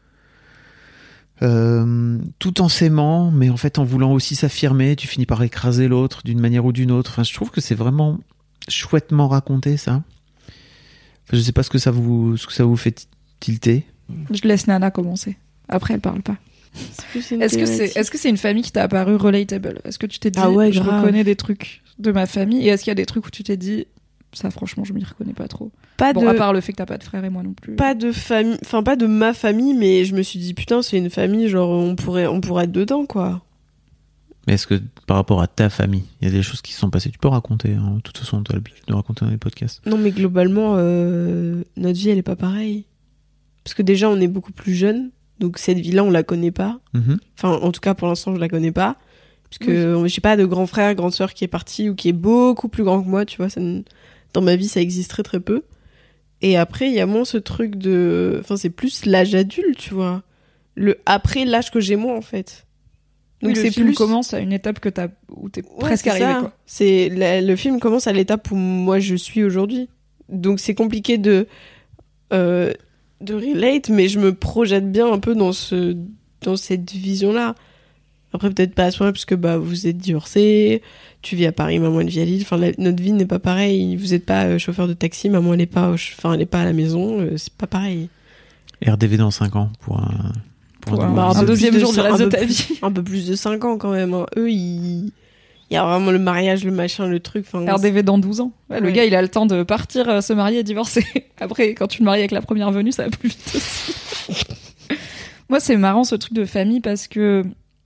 Speaker 2: euh, tout en s'aimant, mais en fait en voulant aussi s'affirmer, tu finis par écraser l'autre d'une manière ou d'une autre. Enfin, je trouve que c'est vraiment chouettement raconté, ça. Enfin, je sais pas ce que ça vous, ce que ça vous fait tilter.
Speaker 3: Je laisse Nana commencer. Après, elle parle pas.
Speaker 4: C'est plus une
Speaker 3: Est-ce que c'est,
Speaker 4: thématique.
Speaker 3: est-ce que c'est une famille qui t'a apparu relatable? Est-ce que tu t'es dit,
Speaker 4: Ah ouais,
Speaker 3: je
Speaker 4: grave.
Speaker 3: reconnais des trucs de ma famille? Et est-ce qu'il y a des trucs où tu t'es dit, ça franchement, je m'y reconnais pas trop?
Speaker 4: pas
Speaker 3: Bon,
Speaker 4: de
Speaker 3: à part le fait que t'as pas de frère et moi non plus.
Speaker 4: pas de famille, enfin pas de ma famille, mais je me suis dit putain c'est une famille genre on pourrait on pourrait être dedans quoi.
Speaker 2: Mais est-ce que par rapport à ta famille, il y a des choses qui se sont passées? Tu peux raconter, hein. De toute façon, tu as l'habitude de raconter dans les podcasts.
Speaker 4: Non mais globalement euh, notre vie elle est pas pareille parce que déjà on est beaucoup plus jeunes donc cette vie là on la connaît pas.
Speaker 2: Mhm.
Speaker 4: Enfin en tout cas pour l'instant je la connais pas parce que
Speaker 3: Oui.
Speaker 4: euh, j'ai pas de grand frère grande sœur qui est parti ou qui est beaucoup plus grand que moi tu vois ça ne- dans ma vie ça existe très très peu. Et après, il y a moins ce truc de... Enfin, c'est plus l'âge adulte, tu vois. Le après l'âge que j'ai moi, en fait.
Speaker 3: Donc
Speaker 4: Donc
Speaker 3: le
Speaker 4: c'est
Speaker 3: film
Speaker 4: plus...
Speaker 3: commence à une étape que t'as, où t'es
Speaker 4: Ouais,
Speaker 3: presque
Speaker 4: c'est
Speaker 3: arrivé,
Speaker 4: ça.
Speaker 3: quoi.
Speaker 4: C'est la- le film commence à l'étape où moi je suis aujourd'hui. Donc c'est compliqué de... Euh, de relate, mais je me projette bien un peu dans, ce, dans cette vision-là. Après, peut-être pas à ce point-là, parce que bah, vous êtes divorcés, tu vis à Paris, maman elle vit à Lille. Enfin, la- notre vie n'est pas pareille. Vous n'êtes pas euh, chauffeur de taxi, maman elle n'est pas, au ch- enfin, elle est pas à la maison. euh, c'est pas pareil.
Speaker 2: R D V dans cinq ans pour un, pour
Speaker 3: Pour
Speaker 2: un,
Speaker 3: un,
Speaker 4: Bah,
Speaker 3: un
Speaker 4: peu
Speaker 3: deuxième
Speaker 4: plus de
Speaker 3: jour du
Speaker 4: ça,
Speaker 3: reste
Speaker 4: un
Speaker 3: de
Speaker 4: peu
Speaker 3: ta
Speaker 4: plus-
Speaker 3: vie.
Speaker 4: Un peu plus de cinq ans quand même. hein. Eux, ils... Il y a vraiment le mariage, le machin, le truc.
Speaker 3: R D V dans douze ans. Ouais, ouais. Le gars, il a le temps de partir, euh, se marier et divorcer. Après, quand tu te maries avec la première venue, ça va plus vite aussi. Moi, c'est marrant ce truc de famille parce que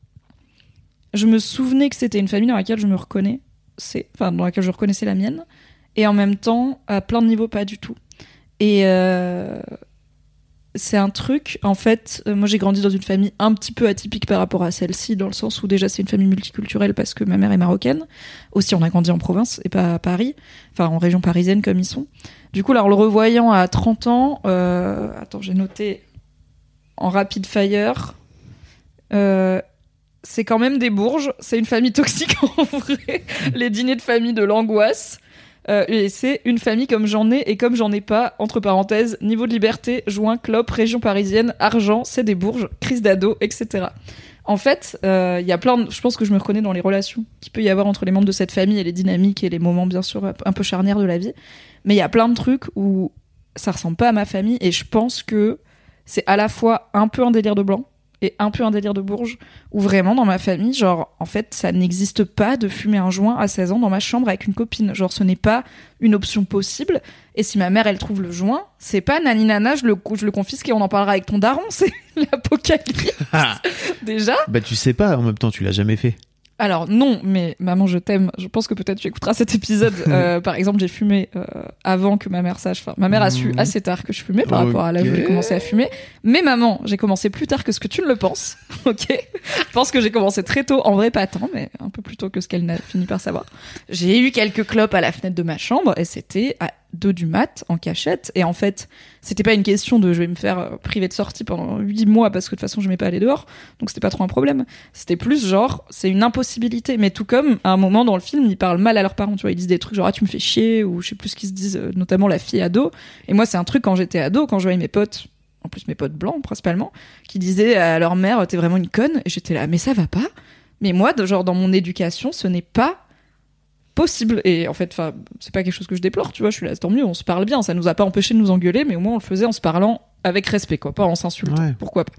Speaker 3: je me souvenais que c'était une famille dans laquelle je me reconnais. C'est... Enfin, dans laquelle je reconnaissais la mienne. Et en même temps, à plein de niveaux, pas du tout. Et euh... c'est un truc, en fait, euh, moi j'ai grandi dans une famille un petit peu atypique par rapport à celle-ci, dans le sens où déjà c'est une famille multiculturelle parce que ma mère est marocaine. Aussi, on a grandi en province et pas à Paris, enfin en région parisienne comme ils sont. Du coup, là, en le revoyant à trente ans, euh... attends, j'ai noté en rapid fire, euh... c'est quand même des bourges, c'est une famille toxique en vrai, les dîners de famille de l'angoisse. Euh, et c'est une famille comme j'en ai et comme j'en ai pas, entre parenthèses, niveau de liberté, joint, clope, région parisienne, argent, c'est des bourges, crise d'ado, et cetera. En fait, il euh, y a plein de... Je pense que je me reconnais dans les relations qu'il peut y avoir entre les membres de cette famille et les dynamiques et les moments, bien sûr, un peu charnières de la vie. Mais il y a plein de trucs où ça ressemble pas à ma famille et je pense que c'est à la fois un peu un délire de blanc et un peu un délire de bourge, où vraiment dans ma famille, genre, en fait, ça n'existe pas de fumer un joint à seize ans dans ma chambre avec une copine. Genre, ce n'est pas une option possible. Et si ma mère, elle trouve le joint, c'est pas nani nana, je le, je le confisque et on en parlera avec ton daron, c'est l'apocalypse. Déjà.
Speaker 2: Bah, tu sais pas, en même temps, tu l'as jamais fait.
Speaker 3: Alors non, mais maman, je t'aime. Je pense que peut-être tu écouteras cet épisode. Euh, par exemple, j'ai fumé euh, avant que ma mère sache. Enfin, ma mère a su assez tard que je fumais par okay. rapport à l'âge où j'ai commencé à fumer. Mais maman, j'ai commencé plus tard que ce que tu ne le penses. Ok. Je pense que j'ai commencé très tôt. En vrai, pas tant, mais un peu plus tôt que ce qu'elle n'a fini par savoir. J'ai eu quelques clopes à la fenêtre de ma chambre et c'était à deux du mat en cachette. Et en fait, c'était pas une question de je vais me faire priver de sortie pendant huit mois parce que de toute façon je m'aimais pas aller dehors. Donc c'était pas trop un problème. C'était plus genre, c'est une impossibilité. Mais tout comme, à un moment dans le film, ils parlent mal à leurs parents. Tu vois, ils disent des trucs genre, ah, tu me fais chier, ou je sais plus ce qu'ils se disent, notamment la fille ado. Et moi, c'est un truc quand j'étais ado, quand je voyais mes potes, en plus mes potes blancs principalement, qui disaient à leur mère, t'es vraiment une conne. Et j'étais là, mais ça va pas. Mais moi, de, genre, dans mon éducation, ce n'est pas possible. Et en fait, enfin, c'est pas quelque chose que je déplore, tu vois, je suis là, tant mieux, on se parle bien, ça nous a pas empêché de nous engueuler, mais au moins on le faisait en se parlant avec respect, quoi, pas en s'insultant, ouais. Pourquoi pas.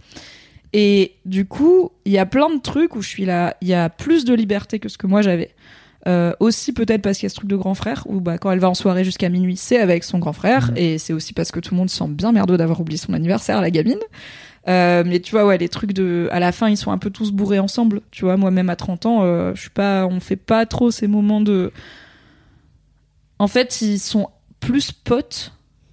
Speaker 3: Et du coup, il y a plein de trucs où je suis là, il y a plus de liberté que ce que moi j'avais. Euh, aussi peut-être parce qu'il y a ce truc de grand frère, où bah, quand elle va en soirée jusqu'à minuit, c'est avec son grand frère, mmh. Et c'est aussi parce que tout le monde se sent bien merdeux d'avoir oublié son anniversaire, la gamine. Euh, mais tu vois, ouais, les trucs de, à la fin, ils sont un peu tous bourrés ensemble. Tu vois, moi, même à trente ans, euh, je suis pas, on fait pas trop ces moments de, en fait, ils sont plus potes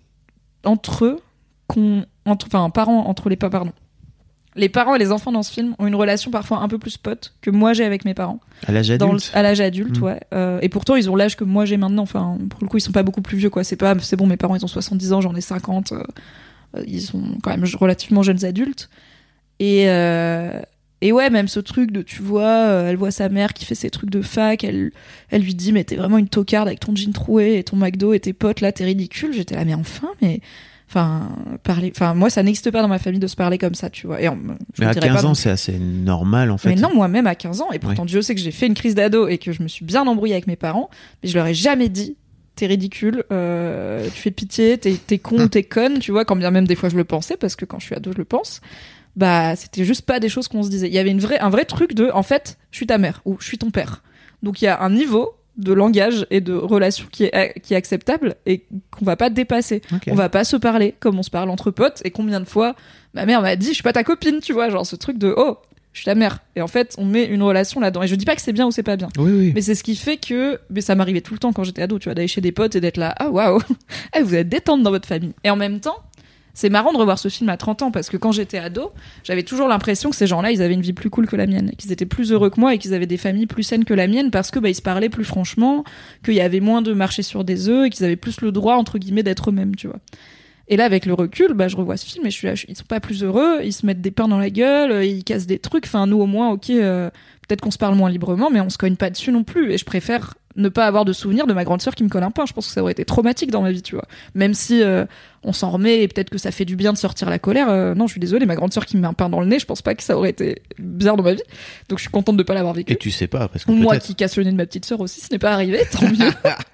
Speaker 3: entre eux qu'on, entre, enfin, parents, entre les, pardon. Les parents et les enfants dans ce film ont une relation parfois un peu plus pote que moi j'ai avec mes parents.
Speaker 2: À l'âge adulte.
Speaker 3: Le, à l'âge adulte, mmh. ouais. Euh, et pourtant, ils ont l'âge que moi j'ai maintenant. Enfin, pour le coup, ils sont pas beaucoup plus vieux, quoi. C'est pas, c'est bon, mes parents, ils ont soixante-dix ans, j'en ai cinquante. Euh, Ils sont quand même relativement jeunes adultes. Et, euh, et ouais, même ce truc de, tu vois, euh, elle voit sa mère qui fait ses trucs de fac, elle, elle lui dit, mais t'es vraiment une tocarde avec ton jean troué et ton McDo et tes potes, là, t'es ridicule. J'étais là, mais enfin, mais... Enfin, parler... enfin, moi, ça n'existe pas dans ma famille de se parler comme ça, tu vois. Et on, je
Speaker 2: mais à quinze
Speaker 3: pas,
Speaker 2: ans, c'est assez normal, en fait.
Speaker 3: Mais non, moi-même, à quinze ans, et pourtant, oui. Dieu sait que j'ai fait une crise d'ado et que je me suis bien embrouillée avec mes parents, mais je leur ai jamais dit, t'es ridicule, euh, tu fais pitié, t'es, t'es con, t'es conne, tu vois, quand bien même des fois je le pensais, parce que quand je suis ado, je le pense. Bah, c'était juste pas des choses qu'on se disait. Il y avait une vraie, un vrai truc de, en fait, je suis ta mère, ou je suis ton père. Donc il y a un niveau de langage et de relation qui est, qui est acceptable et qu'on va pas dépasser. Okay. On va pas se parler comme on se parle entre potes. Et combien de fois ma mère m'a dit, je suis pas ta copine, tu vois, genre ce truc de, oh, je suis ta mère. Et en fait, on met une relation là-dedans. Et je dis pas que c'est bien ou c'est pas bien.
Speaker 2: Oui, oui.
Speaker 3: Mais c'est ce qui fait que, mais ça m'arrivait tout le temps quand j'étais ado, tu vois, d'aller chez des potes et d'être là, ah waouh, vous êtes détente dans votre famille. Et en même temps, c'est marrant de revoir ce film à trente ans parce que quand j'étais ado, j'avais toujours l'impression que ces gens-là, ils avaient une vie plus cool que la mienne, qu'ils étaient plus heureux que moi et qu'ils avaient des familles plus saines que la mienne parce que bah ils se parlaient plus franchement, qu'il y avait moins de marcher sur des œufs et qu'ils avaient plus le droit entre guillemets d'être eux-mêmes, tu vois. Et là, avec le recul, bah je revois ce film et je suis là, ils sont pas plus heureux, ils se mettent des pains dans la gueule, ils cassent des trucs. Enfin, nous au moins, ok, euh, peut-être qu'on se parle moins librement, mais on se cogne pas dessus non plus. Et je préfère ne pas avoir de souvenir de ma grande sœur qui me colle un pain. Je pense que ça aurait été traumatique dans ma vie, tu vois. Même si euh, on s'en remet et peut-être que ça fait du bien de sortir la colère. Euh, non, je suis désolée, ma grande sœur qui me met un pain dans le nez, je pense pas que ça aurait été bien dans ma vie. Donc je suis contente de pas l'avoir vécu.
Speaker 2: Et tu sais pas, parce que
Speaker 3: ou
Speaker 2: peut-être...
Speaker 3: moi qui casse le nez de ma petite sœur aussi, ce n'est pas arrivé, tant mieux.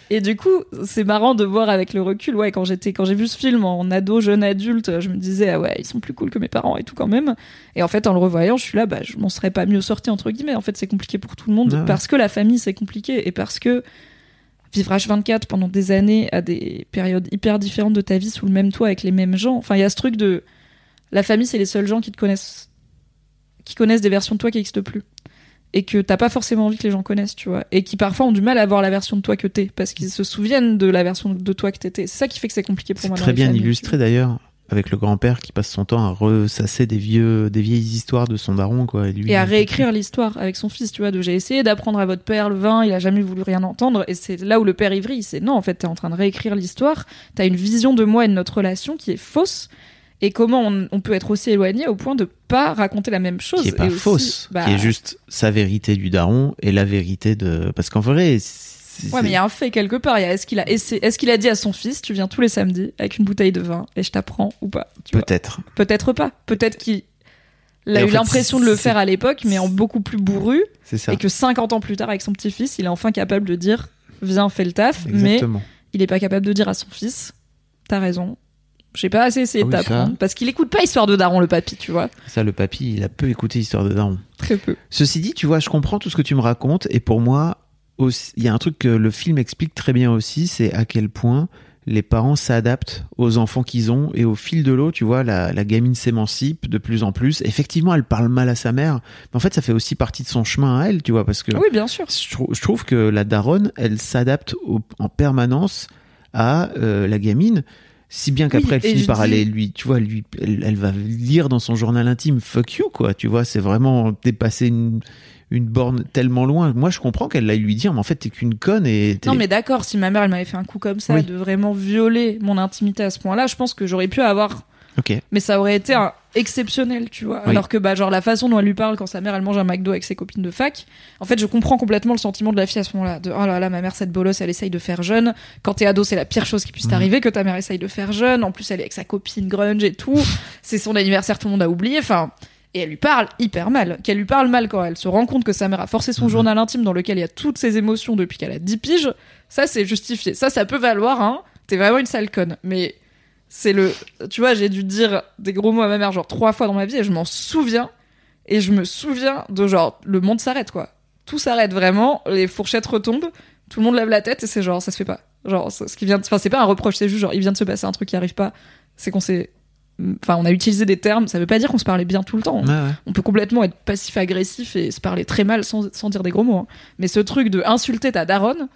Speaker 3: Et du coup, c'est marrant de voir avec le recul. Ouais, quand j'étais, quand j'ai vu ce film en ado, jeune adulte, je me disais ah ouais, ils sont plus cool que mes parents et tout quand même. Et en fait, en le revoyant, je suis là, bah, je m'en serais pas mieux sorti entre guillemets. En fait, c'est compliqué pour tout le monde
Speaker 2: Ah ouais.
Speaker 3: parce que la famille c'est compliqué et parce que vivre H vingt-quatre pendant des années à des périodes hyper différentes de ta vie sous le même toit avec les mêmes gens. Enfin, il y a ce truc de la famille, c'est les seuls gens qui te connaissent, qui connaissent des versions de toi qui n'existent plus. Et que t'as pas forcément envie que les gens connaissent, tu vois. Et qui parfois ont du mal à voir la version de toi que t'es, parce qu'ils se souviennent de la version de toi que t'étais. C'est ça qui fait que c'est compliqué pour
Speaker 2: C'est
Speaker 3: moi.
Speaker 2: très bien
Speaker 3: familles,
Speaker 2: illustré d'ailleurs, avec le grand-père qui passe son temps à ressasser des, vieux, des vieilles histoires de son daron, quoi. Et, lui,
Speaker 3: et à réécrire l'histoire avec son fils, tu vois. De j'ai essayé d'apprendre à votre père le vin, il a jamais voulu rien entendre. Et c'est là où le père ivry, c'est non, en fait, t'es en train de réécrire l'histoire. T'as une vision de moi et de notre relation qui est fausse. Et comment on, on peut être aussi éloigné au point de pas raconter la même chose.
Speaker 2: Qui est pas
Speaker 3: et aussi,
Speaker 2: fausse,
Speaker 3: bah...
Speaker 2: qui est juste sa vérité du daron et la vérité de... Parce qu'en vrai... C'est...
Speaker 3: Ouais, mais il y a un fait quelque part. Il y a, est-ce qu'il a, essayé, est-ce qu'il a dit à son fils, tu viens tous les samedis avec une bouteille de vin et je t'apprends ou pas?
Speaker 2: Peut-être.
Speaker 3: Vois Peut-être pas. Peut-être qu'il a
Speaker 2: et
Speaker 3: eu
Speaker 2: fait,
Speaker 3: l'impression de le faire à l'époque, mais en beaucoup plus bourru.
Speaker 2: C'est ça.
Speaker 3: Et que cinquante ans plus tard, avec son petit-fils, il est enfin capable de dire, viens, fais le taf.
Speaker 2: Exactement.
Speaker 3: Mais il est pas capable de dire à son fils, t'as raison. J'ai pas assez essayé
Speaker 2: ah
Speaker 3: de
Speaker 2: oui,
Speaker 3: t'apprendre.
Speaker 2: Ça...
Speaker 3: Parce qu'il écoute pas Histoire de Daron, le papy, tu vois.
Speaker 2: Ça, le papy, il a peu écouté Histoire de Daron.
Speaker 3: Très peu.
Speaker 2: Ceci dit, tu vois, je comprends tout ce que tu me racontes. Et pour moi, il y a un truc que le film explique très bien aussi, c'est à quel point les parents s'adaptent aux enfants qu'ils ont. Et au fil de l'eau, tu vois, la, la gamine s'émancipe de plus en plus. Effectivement, elle parle mal à sa mère. Mais en fait, ça fait aussi partie de son chemin à elle, tu vois. Parce que
Speaker 3: oui, bien sûr.
Speaker 2: Je, trou- je trouve que la daronne, elle s'adapte au, en permanence à euh, la gamine. Si bien qu'après,
Speaker 3: oui,
Speaker 2: elle finit par
Speaker 3: dis...
Speaker 2: aller, lui, tu vois, lui, elle, elle va lire dans son journal intime, fuck you, quoi, tu vois, c'est vraiment dépasser une, une borne tellement loin. Moi, je comprends qu'elle aille lui dire, mais en fait, t'es qu'une conne et t'es...
Speaker 3: Non, mais d'accord, si ma mère, elle m'avait fait un coup comme ça,
Speaker 2: oui.
Speaker 3: de vraiment violer mon intimité à ce point-là, je pense que j'aurais pu avoir...
Speaker 2: Ok.
Speaker 3: Mais ça aurait été un exceptionnel, tu vois.
Speaker 2: Oui.
Speaker 3: Alors que, bah, genre, la façon dont elle lui parle quand sa mère, elle mange un McDo avec ses copines de fac, en fait, je comprends complètement le sentiment de la fille à ce moment-là. De, oh là là, ma mère, cette bolosse, elle essaye de faire jeune. Quand t'es ado, c'est la pire chose qui puisse t'arriver, mmh. que ta mère essaye de faire jeune. En plus, elle est avec sa copine grunge et tout. C'est son anniversaire, tout le monde a oublié. Enfin, et elle lui parle hyper mal. Qu'elle lui parle mal quand elle se rend compte que sa mère a forcé son mmh. journal intime dans lequel il y a toutes ses émotions depuis qu'elle a dix piges. Ça, c'est justifié. Ça, ça peut valoir, hein. T'es vraiment une sale conne. Mais, c'est le, tu vois, j'ai dû dire des gros mots à ma mère genre trois fois dans ma vie et je m'en souviens. Et je me souviens de genre, le monde s'arrête, quoi. Tout s'arrête vraiment, les fourchettes retombent, tout le monde lève la tête et c'est genre, ça se fait pas. Genre, ce qui vient de... enfin, c'est pas un reproche, c'est juste genre, il vient de se passer un truc qui arrive pas. C'est qu'on s'est, enfin, on a utilisé des termes, ça veut pas dire qu'on se parlait bien tout le temps.
Speaker 2: Ouais, ouais.
Speaker 3: On peut complètement être passif-agressif et se parler très mal sans, sans dire des gros mots. Hein. Mais ce truc de insulter ta daronne,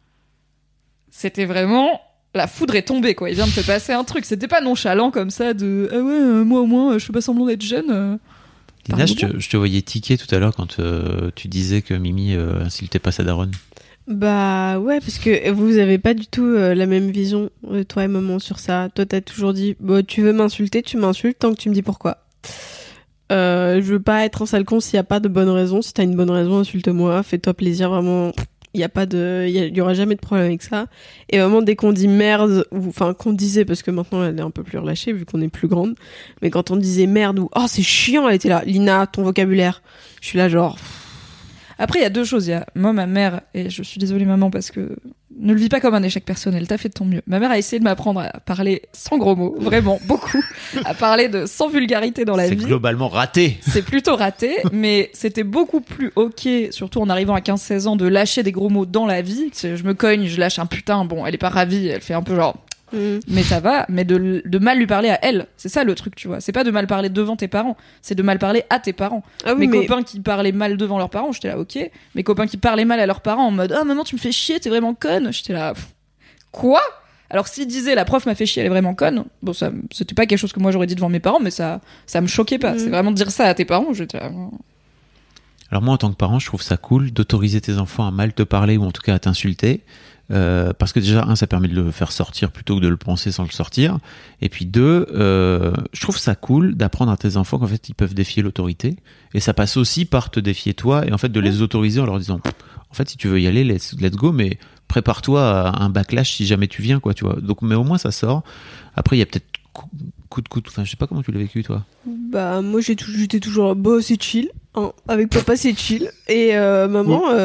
Speaker 3: c'était vraiment... La foudre est tombée, quoi. Il vient de se passer un truc. C'était pas nonchalant comme ça de ah ouais, euh, moi au moins, euh, je fais pas semblant d'être jeune. Euh,
Speaker 2: Lina, je te, je te voyais tiquer tout à l'heure quand euh, tu disais que Mimi euh, insultait pas sa daronne.
Speaker 4: Bah ouais, parce que vous avez pas du tout euh, la même vision, euh, toi et maman, sur ça. Toi, t'as toujours dit bah, tu veux m'insulter, tu m'insultes tant que tu me dis pourquoi. Euh, je veux pas être un sale con s'il y a pas de bonne raison. Si t'as une bonne raison, insulte-moi, fais-toi plaisir, vraiment. Il y a pas de, il y, y aura jamais de problème avec ça. Et vraiment, dès qu'on dit merde, ou enfin qu'on disait, parce que maintenant elle est un peu plus relâchée vu qu'on est plus grande, mais quand on disait merde ou oh c'est chiant, elle était là, Lina, ton vocabulaire. Je suis là genre.
Speaker 3: Après, il y a deux choses. Il y a moi, ma mère, et je suis désolée maman parce que ne le vis pas comme un échec personnel. T'as fait de ton mieux. Ma mère a essayé de m'apprendre à parler sans gros mots, vraiment beaucoup, à parler de sans vulgarité dans la
Speaker 2: c'est
Speaker 3: vie.
Speaker 2: C'est globalement raté.
Speaker 3: C'est plutôt raté, mais c'était beaucoup plus ok, surtout en arrivant à quinze seize ans, de lâcher des gros mots dans la vie. Je me cogne, je lâche un putain. Bon, elle est pas ravie, elle fait un peu genre. Mmh. Mais ça va, mais de, de mal lui parler à elle, c'est ça le truc, tu vois. C'est pas de mal parler devant tes parents, c'est de mal parler à tes parents.
Speaker 4: Ah oui,
Speaker 3: mes
Speaker 4: mais...
Speaker 3: copains qui parlaient mal devant leurs parents, j'étais là, ok. Mes copains qui parlaient mal à leurs parents en mode ah oh, maman tu me fais chier, t'es vraiment conne, j'étais là quoi. Alors s'ils disaient la prof m'a fait chier, elle est vraiment conne, bon ça c'était pas quelque chose que moi j'aurais dit devant mes parents, mais ça ça me choquait pas. Mmh. C'est vraiment de dire ça à tes parents, j'étais là.
Speaker 2: Alors moi en tant que parent, je trouve ça cool d'autoriser tes enfants à mal te parler ou en tout cas à t'insulter. Euh, parce que déjà, un, ça permet de le faire sortir plutôt que de le penser sans le sortir. Et puis deux, euh, je trouve ça cool d'apprendre à tes enfants qu'en fait, ils peuvent défier l'autorité. Et ça passe aussi par te défier toi et en fait de les autoriser en leur disant, en fait, si tu veux y aller, let's, let's go, mais prépare-toi à un backlash si jamais tu viens, quoi, tu vois. Donc, mais au moins, ça sort. Après, il y a peut-être coup, coup de coup, enfin, je sais pas comment tu l'as vécu, toi.
Speaker 4: Bah, moi, j'ai tout, j'étais toujours, bah, c'est chill, hein. Avec papa, c'est chill. Et euh, maman, oui. euh,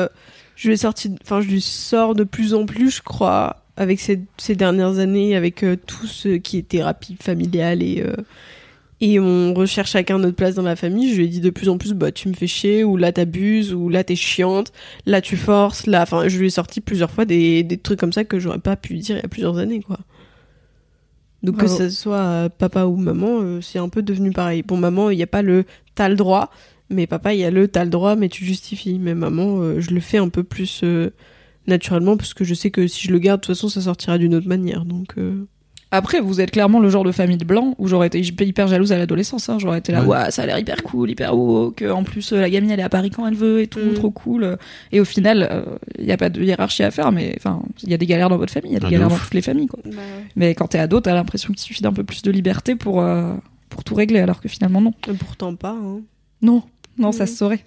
Speaker 4: je lui ai sorti, enfin, je lui sors de plus en plus, je crois, avec ces, ces dernières années, avec euh, tout ce qui est thérapie familiale et, euh, et on recherche chacun notre place dans la famille. Je lui ai dit de plus en plus, bah, tu me fais chier, ou là, t'abuses, ou là, t'es chiante, là, tu forces, là, enfin, je lui ai sorti plusieurs fois des, des trucs comme ça que j'aurais pas pu dire il y a plusieurs années, quoi. Donc,
Speaker 3: Bravo.
Speaker 4: que ce soit euh, papa ou maman, euh, c'est un peu devenu pareil. Bon, maman, il n'y a pas le t'as le droit, mais papa, il y a le t'as le droit, mais tu justifies. Mais maman, euh, je le fais un peu plus euh, naturellement, parce que je sais que si je le garde, de toute façon, ça sortira d'une autre manière. Donc, euh...
Speaker 3: Après, vous êtes clairement le genre de famille de blanc où j'aurais été hyper jalouse à l'adolescence. Hein. J'aurais été là,
Speaker 2: Ouais.
Speaker 3: ouais, ça a l'air hyper cool, hyper beau, que en plus euh, la gamine elle est à Paris quand elle veut et tout,
Speaker 4: Mm.
Speaker 3: trop cool. Et au final, il euh, y a pas de hiérarchie à faire, mais enfin, il y a des galères dans votre famille, il y a des
Speaker 2: Ah, de
Speaker 3: galères dans
Speaker 2: ouf.
Speaker 3: toutes les familles, quoi.
Speaker 4: Bah, ouais.
Speaker 3: Mais quand t'es ado, t'as l'impression qu'il suffit d'un peu plus de liberté pour euh, pour tout régler, alors que finalement non.
Speaker 4: Et pourtant pas, hein.
Speaker 3: Non, non, ça
Speaker 4: Mm.
Speaker 3: se saurait.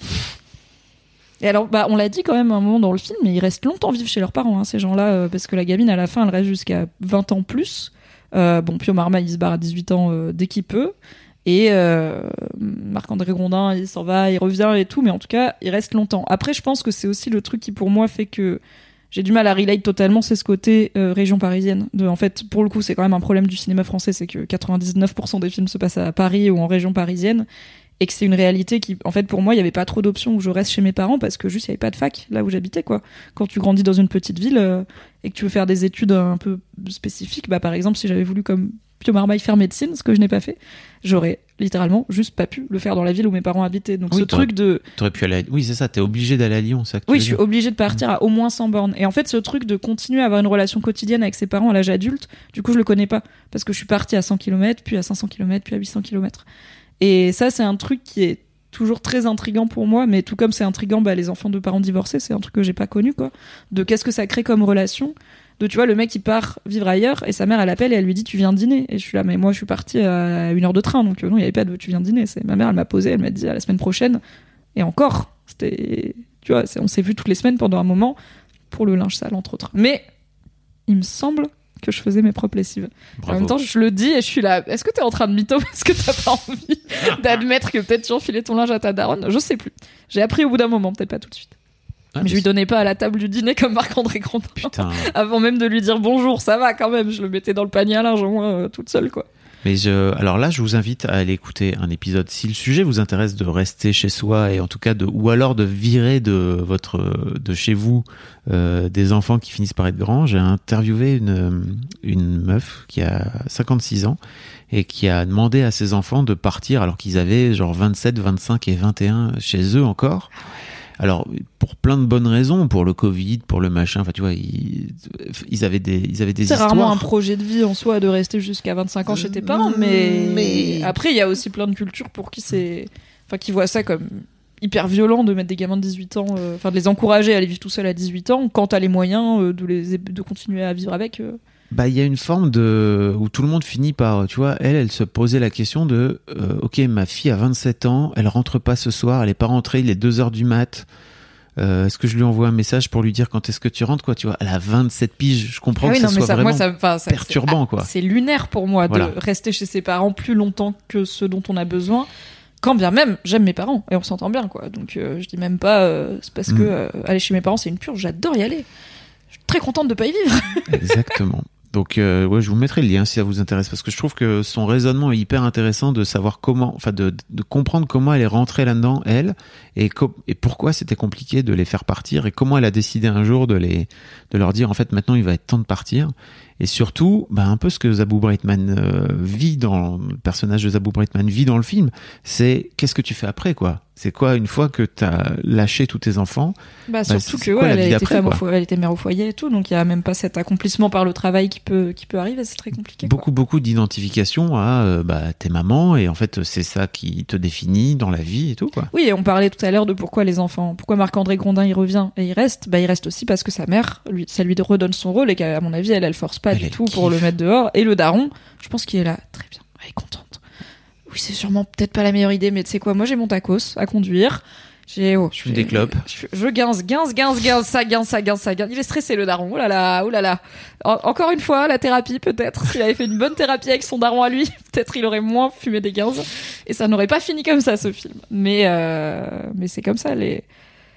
Speaker 3: Et alors, bah, on l'a dit quand même à un moment dans le film, mais ils restent longtemps vivre chez leurs parents, hein, ces gens-là, euh, parce que la gamine, à la fin, elle reste jusqu'à vingt ans plus. Euh, bon, Pio Marmaille, il se barre à dix-huit ans euh, dès qu'il peut. Et euh, Marc-André Grondin, il s'en va, il revient et tout, mais en tout cas, il reste longtemps. Après, je pense que c'est aussi le truc qui, pour moi, fait que j'ai du mal à relate totalement, c'est ce côté euh, région parisienne. De, en fait, pour le coup, c'est quand même un problème du cinéma français, c'est que quatre-vingt-dix-neuf pour cent des films se passent à Paris ou en région parisienne. Et que c'est une réalité qui, en fait, pour moi, il y avait pas trop d'options où je reste chez mes parents parce que juste il y avait pas de fac là où j'habitais, quoi. Quand tu grandis dans une petite ville euh, et que tu veux faire des études un peu spécifiques, bah par exemple, si j'avais voulu comme Pio Marmaille faire médecine, ce que je n'ai pas fait, j'aurais littéralement juste pas pu le faire dans la ville où mes parents habitaient. Donc
Speaker 2: Oui,
Speaker 3: ce
Speaker 2: t'aurais-
Speaker 3: truc de
Speaker 2: T'aurais pu aller. À... Oui, c'est ça. T'es obligé d'aller à Lyon, c'est ça que tu
Speaker 3: oui,
Speaker 2: veux
Speaker 3: je suis
Speaker 2: dire.
Speaker 3: obligée de partir à au moins cent bornes. Et en fait, ce truc de continuer à avoir une relation quotidienne avec ses parents à l'âge adulte, du coup, je le connais pas. Parce que je suis partie à cent kilomètres, puis à cinq cents kilomètres, puis à huit cents kilomètres. Et ça, c'est un truc qui est toujours très intriguant pour moi, mais tout comme c'est intriguant, bah, les enfants de parents divorcés, c'est un truc que j'ai pas connu, quoi. De qu'est-ce que ça crée comme relation. De, tu vois, le mec, il part vivre ailleurs, et sa mère, elle appelle et elle lui dit, tu viens dîner. Et je suis là, mais moi, je suis partie à une heure de train, donc euh, non, il y avait pas de tu viens dîner. C'est ma mère, elle m'a posé, elle m'a dit à la semaine prochaine. Et encore, c'était, tu vois, c'est- on s'est vu toutes les semaines pendant un moment pour le linge sale, entre autres. Mais il me semble que je faisais mes propres lessives. En
Speaker 2: Bravo.
Speaker 3: même temps, je le dis et je suis là. Est-ce que t'es en train de mytho parce que t'as pas envie d'admettre que peut-être tu enfilais ton linge à ta daronne? Je sais plus. J'ai appris au bout d'un moment, peut-être pas tout de suite.
Speaker 2: Ah,
Speaker 3: mais je lui donnais pas à la table du dîner comme Marc-André Grondin.
Speaker 2: Putain.
Speaker 3: Avant même de lui dire bonjour, ça va quand même. Je le mettais dans le panier à linge au moins euh, toute seule, quoi.
Speaker 2: Mais je, alors là, je vous invite à aller écouter un épisode. Si le sujet vous intéresse de rester chez soi et en tout cas de, ou alors de virer de votre, de chez vous, euh, des enfants qui finissent par être grands, j'ai interviewé une, une meuf qui a cinquante-six ans et qui a demandé à ses enfants de partir alors qu'ils avaient genre vingt-sept, vingt-cinq et vingt et un chez eux encore. Alors, pour plein de bonnes raisons, pour le Covid, pour le machin, enfin, tu vois, ils, ils avaient des, ils avaient des
Speaker 3: C'est
Speaker 2: histoires.
Speaker 3: rarement un projet de vie en soi de rester jusqu'à vingt-cinq ans chez tes parents, mais,
Speaker 2: Mais-
Speaker 3: après, il y a aussi plein de cultures pour qui c'est, enfin, qui voient ça comme hyper violent de mettre des gamins de dix-huit ans, euh, enfin, de les encourager à aller vivre tout seul à dix-huit ans, quand t'as les moyens euh, de les, de continuer à vivre avec. euh.
Speaker 2: Bah, il y a une forme de où tout le monde finit par, tu vois, elle, elle se posait la question de, euh, ok, ma fille a vingt-sept ans, elle rentre pas ce soir, elle est pas rentrée, il est deux heures du mat. Euh, est-ce que je lui envoie un message pour lui dire quand est-ce que tu rentres, quoi, tu vois? Elle a vingt-sept piges. Je comprends
Speaker 3: Ah oui,
Speaker 2: que
Speaker 3: non,
Speaker 2: ça
Speaker 3: mais
Speaker 2: soit
Speaker 3: ça,
Speaker 2: vraiment
Speaker 3: moi, ça, enfin, ça-
Speaker 2: perturbant,
Speaker 3: c'est-
Speaker 2: quoi.
Speaker 3: C'est lunaire pour moi
Speaker 2: Voilà.
Speaker 3: de rester chez ses parents plus longtemps que ce dont on a besoin. Quand bien même, j'aime mes parents et on s'entend bien, quoi. Donc, euh, je dis même pas, euh, c'est parce
Speaker 2: Mm.
Speaker 3: que euh, aller chez mes parents, c'est une purge. J'adore y aller. Je suis très contente de pas y vivre.
Speaker 2: Exactement. Donc, euh, ouais, je vous mettrai le lien si ça vous intéresse, parce que je trouve que son raisonnement est hyper intéressant de savoir comment, enfin, de, de comprendre comment elle est rentrée là-dedans, elle, et, co- et pourquoi c'était compliqué de les faire partir, et comment elle a décidé un jour de les, de leur dire, en fait, maintenant, il va être temps de partir. Et surtout, bah, un peu ce que Zabou Breitman euh, vit dans, le personnage de Zabou Breitman vit dans le film, c'est qu'est-ce que tu fais après, quoi? C'est quoi, une fois que t'as lâché tous tes enfants?
Speaker 3: Bah,
Speaker 2: Bah,
Speaker 3: surtout
Speaker 2: c'est
Speaker 3: que
Speaker 2: quoi
Speaker 3: ouais,
Speaker 2: la
Speaker 3: elle,
Speaker 2: vie
Speaker 3: a été
Speaker 2: d'après,
Speaker 3: femme au
Speaker 2: quoi
Speaker 3: foyer, elle était mère au foyer et tout, donc il y a même pas cet accomplissement par le travail qui peut qui peut arriver, c'est très compliqué. quoi.
Speaker 2: Beaucoup, beaucoup d'identification à euh, bah, t'es maman, et en fait, c'est ça qui te définit dans la vie et tout, quoi.
Speaker 3: Oui, et on parlait tout à l'heure de pourquoi les enfants, pourquoi Marc-André Grondin il revient et il reste. Bah, il reste aussi parce que sa mère, lui, ça lui redonne son rôle et qu'à mon avis, elle, elle force pas
Speaker 2: Elle,
Speaker 3: du
Speaker 2: elle
Speaker 3: tout
Speaker 2: kiffe.
Speaker 3: pour le mettre dehors. Et le daron, je pense qu'il est là, très bien, elle est contente. Oui, c'est sûrement peut-être pas la meilleure idée, mais tu sais quoi, moi j'ai mon tacos à conduire. J'ai, oh,
Speaker 2: Je fume des clopes.
Speaker 3: Je, je guince, guince, guince, guince, ça guince, ça guince, ça guince. Il est stressé le daron. Oh là là, oh là là. En- encore une fois, la thérapie peut-être. S'il avait fait une bonne thérapie avec son daron à lui, peut-être il aurait moins fumé des guinzes. Et ça n'aurait pas fini comme ça ce film. Mais euh, mais c'est comme ça les.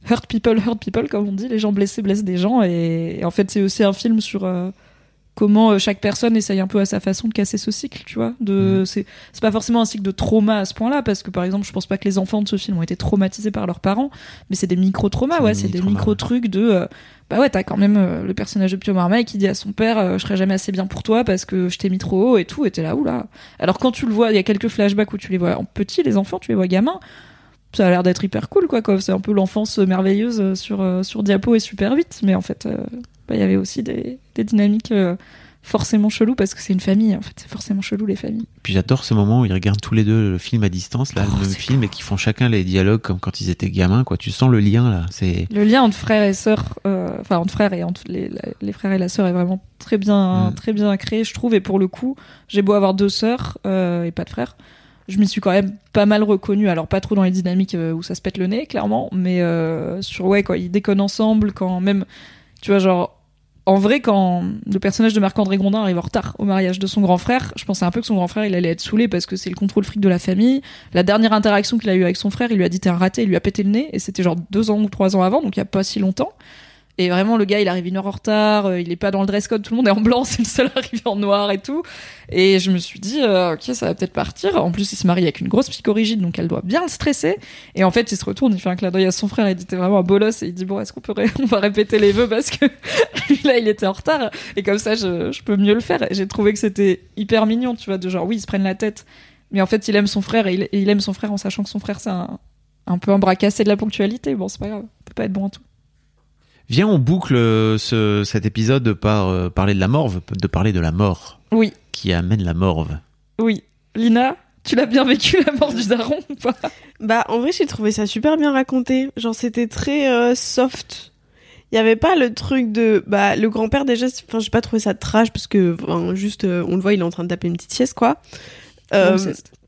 Speaker 3: hurt people, hurt people, comme on dit, les gens blessés blessent des gens, et, et en fait c'est aussi un film sur euh, comment euh, chaque personne essaye un peu à sa façon de casser ce cycle, tu vois. De, mmh. c'est, c'est pas forcément un cycle de trauma à ce point-là, parce que par exemple, je pense pas que les enfants de ce film ont été traumatisés par leurs parents, mais c'est des micro-traumas, c'est ouais, c'est des micro-trucs de... Euh, bah ouais, t'as quand même euh, le personnage de Pio Marmaille qui dit à son père euh, je serai jamais assez bien pour toi parce que je t'ai mis trop haut et tout, et t'es là, oula. Alors quand tu le vois, il y a quelques flashbacks où tu les vois en petit, les enfants, tu les vois gamins, ça a l'air d'être hyper cool, quoi, quoi. C'est un peu l'enfance merveilleuse sur, euh, sur diapo et super vite, mais en fait, il euh, bah, y avait aussi des, des dynamiques euh, forcément cheloues, parce que c'est une famille, en fait, c'est forcément chelou, les familles.
Speaker 2: Puis j'adore ce moment où ils regardent tous les deux le film à distance, là, oh, le même film, beau. Et qui font chacun les dialogues comme quand ils étaient gamins, quoi. Tu sens le lien, là. C'est...
Speaker 3: Le lien entre frères et sœurs, euh, enfin, entre frères et entre les, les frères et la sœur est vraiment très bien, mm. très bien créé, je trouve, et pour le coup, j'ai beau avoir deux sœurs euh, et pas de frères, je m'y suis quand même pas mal reconnue, alors pas trop dans les dynamiques où ça se pète le nez, clairement, mais euh, sur, ouais, quand ils déconnent ensemble, quand même, tu vois, genre, en vrai, quand le personnage de Marc-André Grondin arrive en retard au mariage de son grand frère, je pensais un peu que son grand frère, il allait être saoulé parce que c'est le contrôle fric de la famille. La dernière interaction qu'il a eue avec son frère, il lui a dit t'es un raté, il lui a pété le nez, et c'était genre deux ans ou trois ans avant, donc il y a pas si longtemps. Et vraiment, le gars, il arrive une heure en retard, euh, il est pas dans le dress code, tout le monde est en blanc, c'est le seul arrivé en noir et tout. Et je me suis dit, euh, ok, ça va peut-être partir. En plus, il se marie avec une grosse psychorigide, donc elle doit bien le stresser. Et en fait, il se retourne, il fait un clin d'œil à son frère, il dit, t'es vraiment un bolos, et il dit, bon, est-ce qu'on peut, ré- on va répéter les vœux parce que là, il était en retard, et comme ça, je, je peux mieux le faire. Et j'ai trouvé que c'était hyper mignon, tu vois, de genre, oui, ils se prennent la tête, mais en fait, il aime son frère, et il, et il aime son frère en sachant que son frère, c'est un, un peu un bras cassé de la ponctualité. Bon, c'est pas grave, on peut pas être bon en tout.
Speaker 2: Viens, on boucle ce, cet épisode par euh, parler de la morve, de parler de la mort.
Speaker 3: Oui.
Speaker 2: Qui amène la morve.
Speaker 3: Oui. Lina, tu l'as bien vécu, la mort du daron, ou pas?
Speaker 4: Bah, en vrai, j'ai trouvé ça super bien raconté. Genre, c'était très euh, soft. Il y avait pas le truc de... Bah, le grand-père, déjà, enfin, j'ai pas trouvé ça trash, parce que, enfin, juste, euh, on le voit, il est en train de taper une petite sieste, quoi. Euh,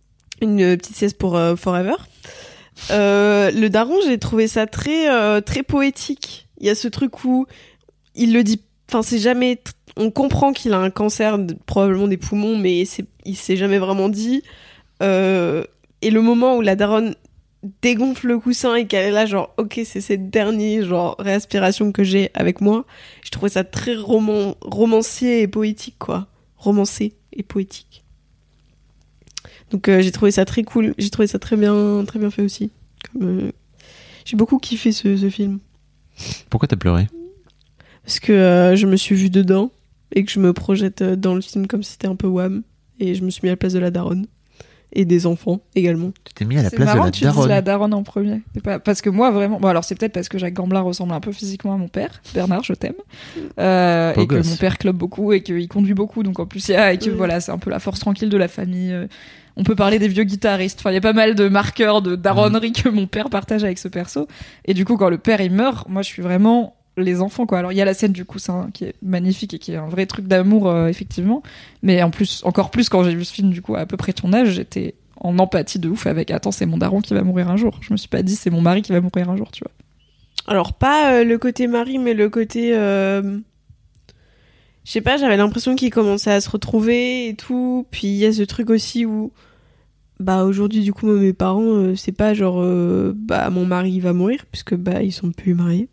Speaker 4: une petite sieste pour euh, Forever. Euh, le daron, j'ai trouvé ça très, euh, très poétique. Il y a ce truc où il le dit, enfin c'est jamais, on comprend qu'il a un cancer, probablement des poumons, mais c'est, il s'est jamais vraiment dit. Euh, et le moment où la daronne dégonfle le coussin et qu'elle est là genre, ok, c'est cette dernière genre respiration que j'ai avec moi, je trouvais ça très roman, romancier et poétique, quoi, romancé et poétique. Donc euh, j'ai trouvé ça très cool, j'ai trouvé ça très bien, très bien fait aussi. Comme, euh, j'ai beaucoup kiffé ce, ce film.
Speaker 2: Pourquoi t'as pleuré?
Speaker 4: Parce que euh, je me suis vue dedans et que je me projette dans le film comme si c'était un peu Wham, et je me suis mis à la place de la daronne et des enfants également.
Speaker 2: Tu t'es mis à la
Speaker 3: c'est
Speaker 2: place de la daronne.
Speaker 3: C'est marrant que tu dises la daronne en premier. C'est pas... Parce que moi vraiment, bon alors c'est peut-être parce que Jacques Gamblin ressemble un peu physiquement à mon père, Bernard, je t'aime, euh, et gosse. Que mon père club beaucoup et qu'il conduit beaucoup, donc en plus il y a et que oui. Voilà, c'est un peu la force tranquille de la famille. On peut parler des vieux guitaristes. Enfin, il y a pas mal de marqueurs de daronnerie que mon père partage avec ce perso. Et du coup, quand le père il meurt, moi je suis vraiment les enfants, quoi. Alors il y a la scène du coussin qui est magnifique et qui est un vrai truc d'amour, euh, effectivement. Mais en plus, encore plus quand j'ai vu ce film, du coup, à peu près ton âge, j'étais en empathie de ouf avec attends, c'est mon daron qui va mourir un jour. Je me suis pas dit c'est mon mari qui va mourir un jour, tu vois.
Speaker 4: Alors pas euh, le côté mari, mais le côté. Euh... Je sais pas, j'avais l'impression qu'ils commençaient à se retrouver et tout. Puis il y a ce truc aussi où. Bah aujourd'hui du coup moi, mes parents euh, c'est pas genre euh, bah mon mari va mourir puisque bah ils sont plus mariés.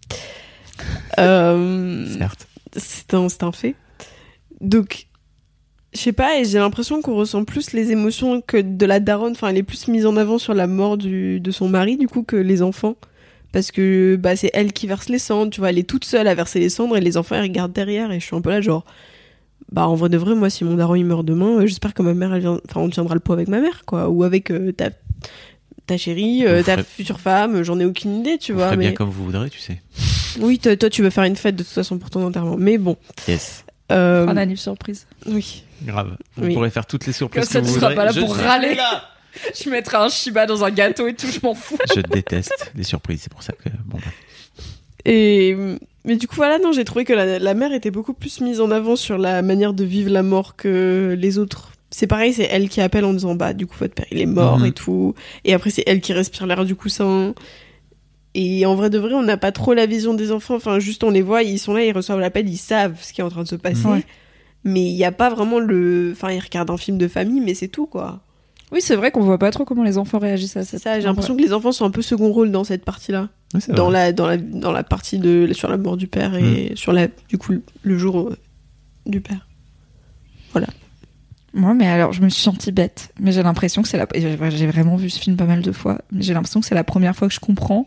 Speaker 4: Euh,
Speaker 2: Certes.
Speaker 4: C'est un c'est un fait. Donc je sais pas, et j'ai l'impression qu'on ressent plus les émotions que de la daronne, enfin elle est plus mise en avant sur la mort du de son mari du coup que les enfants, parce que bah c'est elle qui verse les cendres, tu vois, elle est toute seule à verser les cendres et les enfants ils regardent derrière, et je suis un peu là genre bah en vrai de vrai, moi si mon daron il meurt demain, euh, j'espère que ma mère elle vient, enfin on tiendra le pot avec ma mère, quoi, ou avec euh, ta ta chérie, euh, ta ferez... future femme, j'en ai aucune idée, tu
Speaker 2: vous
Speaker 4: vois.
Speaker 2: Ferez
Speaker 4: mais
Speaker 2: bien comme vous voudrez, tu sais.
Speaker 4: Oui, toi, toi tu veux faire une fête de toute façon pour ton enterrement, mais bon.
Speaker 2: Yes.
Speaker 4: Euh...
Speaker 3: Un anniv surprise.
Speaker 4: Oui.
Speaker 2: Grave. Vous
Speaker 4: oui.
Speaker 2: pourrez faire toutes les surprises
Speaker 3: comme
Speaker 2: que
Speaker 3: ça,
Speaker 2: vous
Speaker 3: tu
Speaker 2: voudrez.
Speaker 3: seras pas là
Speaker 2: je
Speaker 3: pour râler. Là. Je mettrai un Shiba dans un gâteau et tout, je m'en fous.
Speaker 2: Je déteste les surprises, c'est pour ça que bon. Bah.
Speaker 4: Et mais du coup voilà, non, j'ai trouvé que la, la mère était beaucoup plus mise en avant sur la manière de vivre la mort que les autres. C'est pareil, c'est elle qui appelle en disant bah du coup votre père il est mort mmh. et tout. Et après c'est elle qui respire l'air du coussin. Et en vrai de vrai, on n'a pas trop la vision des enfants. Enfin, juste on les voit, ils sont là, ils reçoivent l'appel, ils savent ce qui est en train de se passer. Ouais. Mais il y a pas vraiment le. Enfin, ils regardent un film de famille, mais c'est tout, quoi.
Speaker 3: Oui, c'est vrai qu'on voit pas trop comment les enfants réagissent à
Speaker 4: C'est
Speaker 3: cette.
Speaker 4: ça, j'ai l'impression que les enfants sont un peu second rôle dans cette partie-là.
Speaker 2: Ouais, c'est
Speaker 4: Dans
Speaker 2: vrai.
Speaker 4: la, dans, la, dans la partie de, sur la mort du père et sur la, du coup, le jour euh, du père. Voilà.
Speaker 3: Moi, mais alors, je me suis sentie bête. Mais j'ai l'impression que c'est la. J'ai vraiment vu ce film pas mal de fois. Mais j'ai l'impression que c'est la première fois que je comprends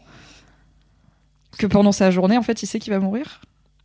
Speaker 3: que pendant sa journée, en fait, il sait qu'il va mourir.